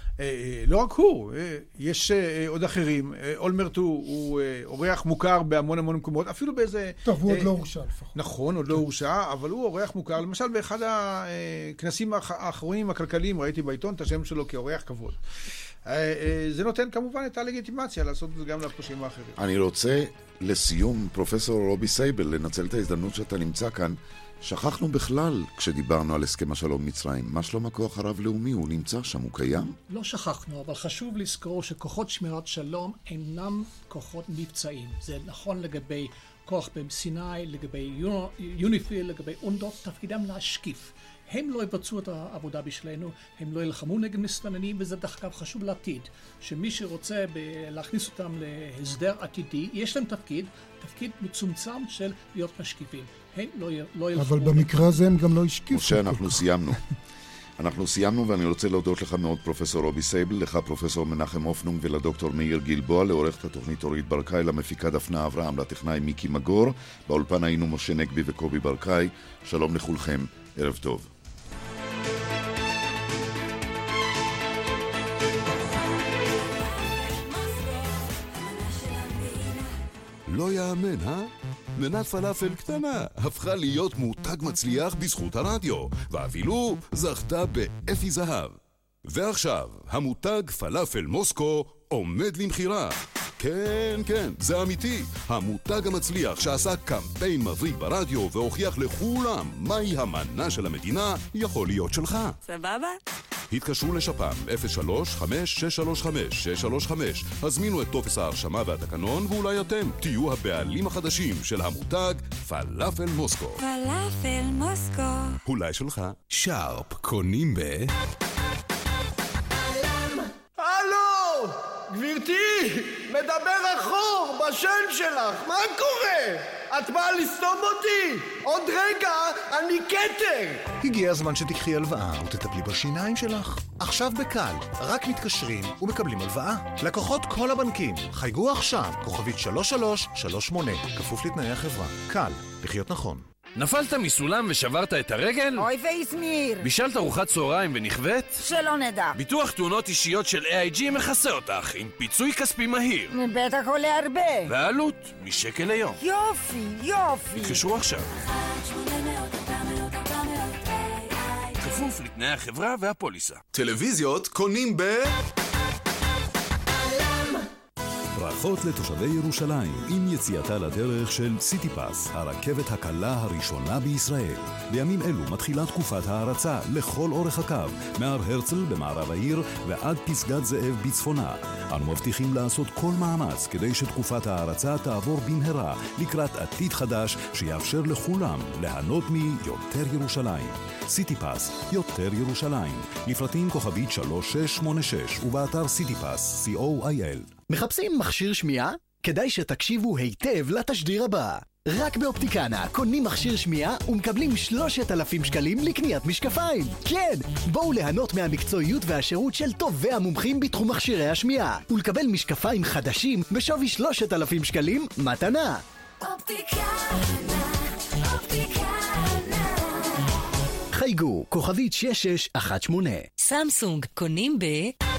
לא רק הוא, יש עוד אחרים. אולמרט הוא אורח מוכר בהמון המון מקומות, אפילו באיזה... טוב, הוא עוד לא הורשע לפחות. נכון, עוד לא הורשע, אבל הוא אורח מוכר. למשל, באחד הכנסים האחרונים הכלכליים, ראיתי בעיתון את השם שלו כאורח כבוד. זה נותן כמובן את הלגיטימציה לעשות את זה גם לפושעים האחרים. אני רוצה לסיום, פרופסור רובי סייבל, לנצל את ההזדמנות שאתה נמצא כאן. שכחנו בכלל כשדיברנו על הסכם השלום מצרים. מה שלום הכוח הרב-לאומי? הוא נמצא שם, הוא קיים? לא שכחנו, אבל חשוב לזכור שכוחות שמירת שלום אינם כוחות מבצעיים. זה נכון לגבי כוח בסיני, לגבי יוניפיל, לגבי אונדות, תפקידם להשקיף. הם לא יבצעו את העבודה בשבילנו, הם לא ילחמו נגד מסתננים, וזה דרך אגב חשוב לעתיד. שמי שרוצה להכניס אותם להסדר עתידי, יש להם תפקיד מצומצם של להיות משקיפים. הם לא ילחמו. אבל במקרה הזה הם גם לא השקיפו. משה, אנחנו סיימנו. אנחנו סיימנו, ואני רוצה להודות לך מאוד, פרופסור רובי סייבל, לך פרופסור מנחם הופנונג ולדוקטור מאיר גלבוע, לעורכת התוכנית אורית ברקאי, למפיקה דפנה אברהם, לטכנאי מיקי מגור. באולפן היינו משה נגבי וקובי ברקאי. שלום לכולכם, ערב טוב. לא יאמן, מנת פלאפל קטנה הפכה להיות מותג מצליח בזכות הרדיו, ואפילו זכתה באפי זהב. ועכשיו, המותג פלאפל מוסקו עומד למחירה. כן, זה אמיתי. המותג המצליח שעשה קמפיין מבריק ברדיו והוכיח לכולם מהי המנה של המדינה יכול להיות שלך. סבבה? התקשרו לשפ"ם 03-5635-635. הזמינו את טופס ההרשמה והתקנון, ואולי אתם תהיו הבעלים החדשים של המותג פלאפל מוסקו. פלאפל מוסקו. אולי שלך. שרפ קונים ב... הלו! גברתי! מדבר אחור בשן שלך! מה קורה? את באה לסתום אותי? עוד רגע אני כתר! הגיע הזמן שתקחי הלוואה ותטפלי בשיניים שלך. עכשיו בקל, רק מתקשרים ומקבלים הלוואה. לקוחות כל הבנקים, חייגו עכשיו, כוכבית 3338, כפוף לתנאי החברה. קל, לחיות נכון. נפלת מסולם ושברת את הרגל? אוי ואיסמיר. בישלת ארוחת צהריים ונכווית? שלא נדע. ביטוח תאונות אישיות של AIG מכסה אותך עם פיצוי כספי מהיר. בטח עולה הרבה. והעלות משקל ליום. יופי. התקשרו עכשיו. כפוף לתנאי החברה והפוליסה. טלוויזיות קונים ב... ברכות לתושבי ירושלים עם יציאתה לדרך של סיטי פאס, הרכבת הקלה הראשונה בישראל. בימים אלו מתחילה תקופת ההרצה לכל אורך הקו, מהר הרצל במערב העיר ועד פסגת זאב בצפונה. אנו מבטיחים לעשות כל מאמץ כדי שתקופת ההרצה תעבור במהרה לקראת עתיד חדש שיאפשר לכולם ליהנות מיותר ירושלים. סיטי פאס, יותר ירושלים. לפרטים כוכבית 3686 ובאתר סיטי פאס, co.il. מחפשים מכשיר שמיעה? כדאי שתקשיבו היטב לתשדיר הבא. רק באופטיקנה קונים מכשיר שמיעה ומקבלים 3,000 שקלים לקניית משקפיים. כן, בואו ליהנות מהמקצועיות והשירות של טובי המומחים בתחום מכשירי השמיעה ולקבל משקפיים חדשים בשווי 3,000 שקלים מתנה. אופטיקנה. חייגו, כוכבית 6618. סמסונג קונים ב...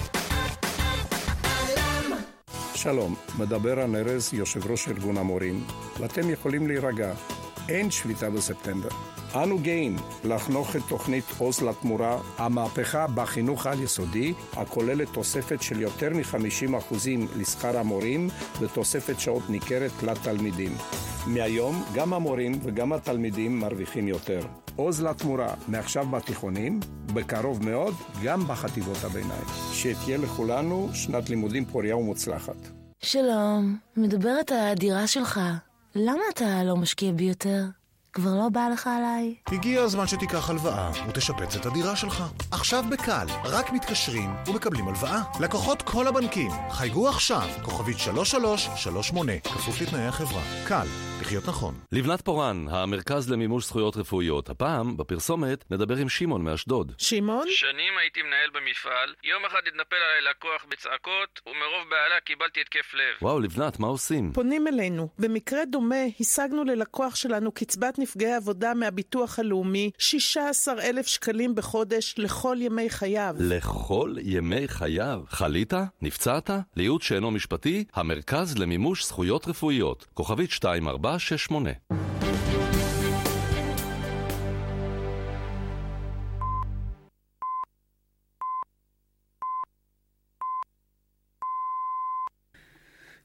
שלום, מדבר הנרז, יושב ראש ארגון המורים, ואתם יכולים להירגע, אין שביתה בספטמבר. אנו גאים לחנוך את תוכנית עוז לתמורה, המהפכה בחינוך על יסודי, הכוללת תוספת של יותר מ-50% לשכר המורים ותוספת שעות ניכרת לתלמידים. מהיום גם המורים וגם התלמידים מרוויחים יותר. עוז לתמורה, מעכשיו בתיכונים, בקרוב מאוד גם בחטיבות הביניים. שתהיה לכולנו שנת לימודים פוריה ומוצלחת. שלום, מדברת על הדירה שלך. למה אתה לא משקיע בי יותר? כבר לא בא לך עליי? הגיע הזמן שתיקח הלוואה ותשפץ את הדירה שלך. עכשיו בקל, רק מתקשרים ומקבלים הלוואה. לקוחות כל הבנקים, חייגו עכשיו, כוכבית 3338, כפוף לתנאי החברה. קל, לחיות נכון. לבנת פורן, המרכז למימוש זכויות רפואיות. הפעם, בפרסומת, נדבר עם שמעון מאשדוד. שמעון? שנים הייתי מנהל במפעל, יום אחד התנפל עליי לקוח בצעקות, ומרוב בעלה קיבלתי התקף לב. וואו, לבנת, מה עושים? פונים אלינו. במקרה דומה, השגנו ללקוח שלנו קצבת נפגעי עבודה מהביטוח הלאומי, 16,000 שקלים בחודש לכל ימי חייו. לכל ימי חייו? חלית? נפצעת? לייעוץ שאינו משפטי? המרכז למימוש זכויות רפואיות. כוכבית 2468.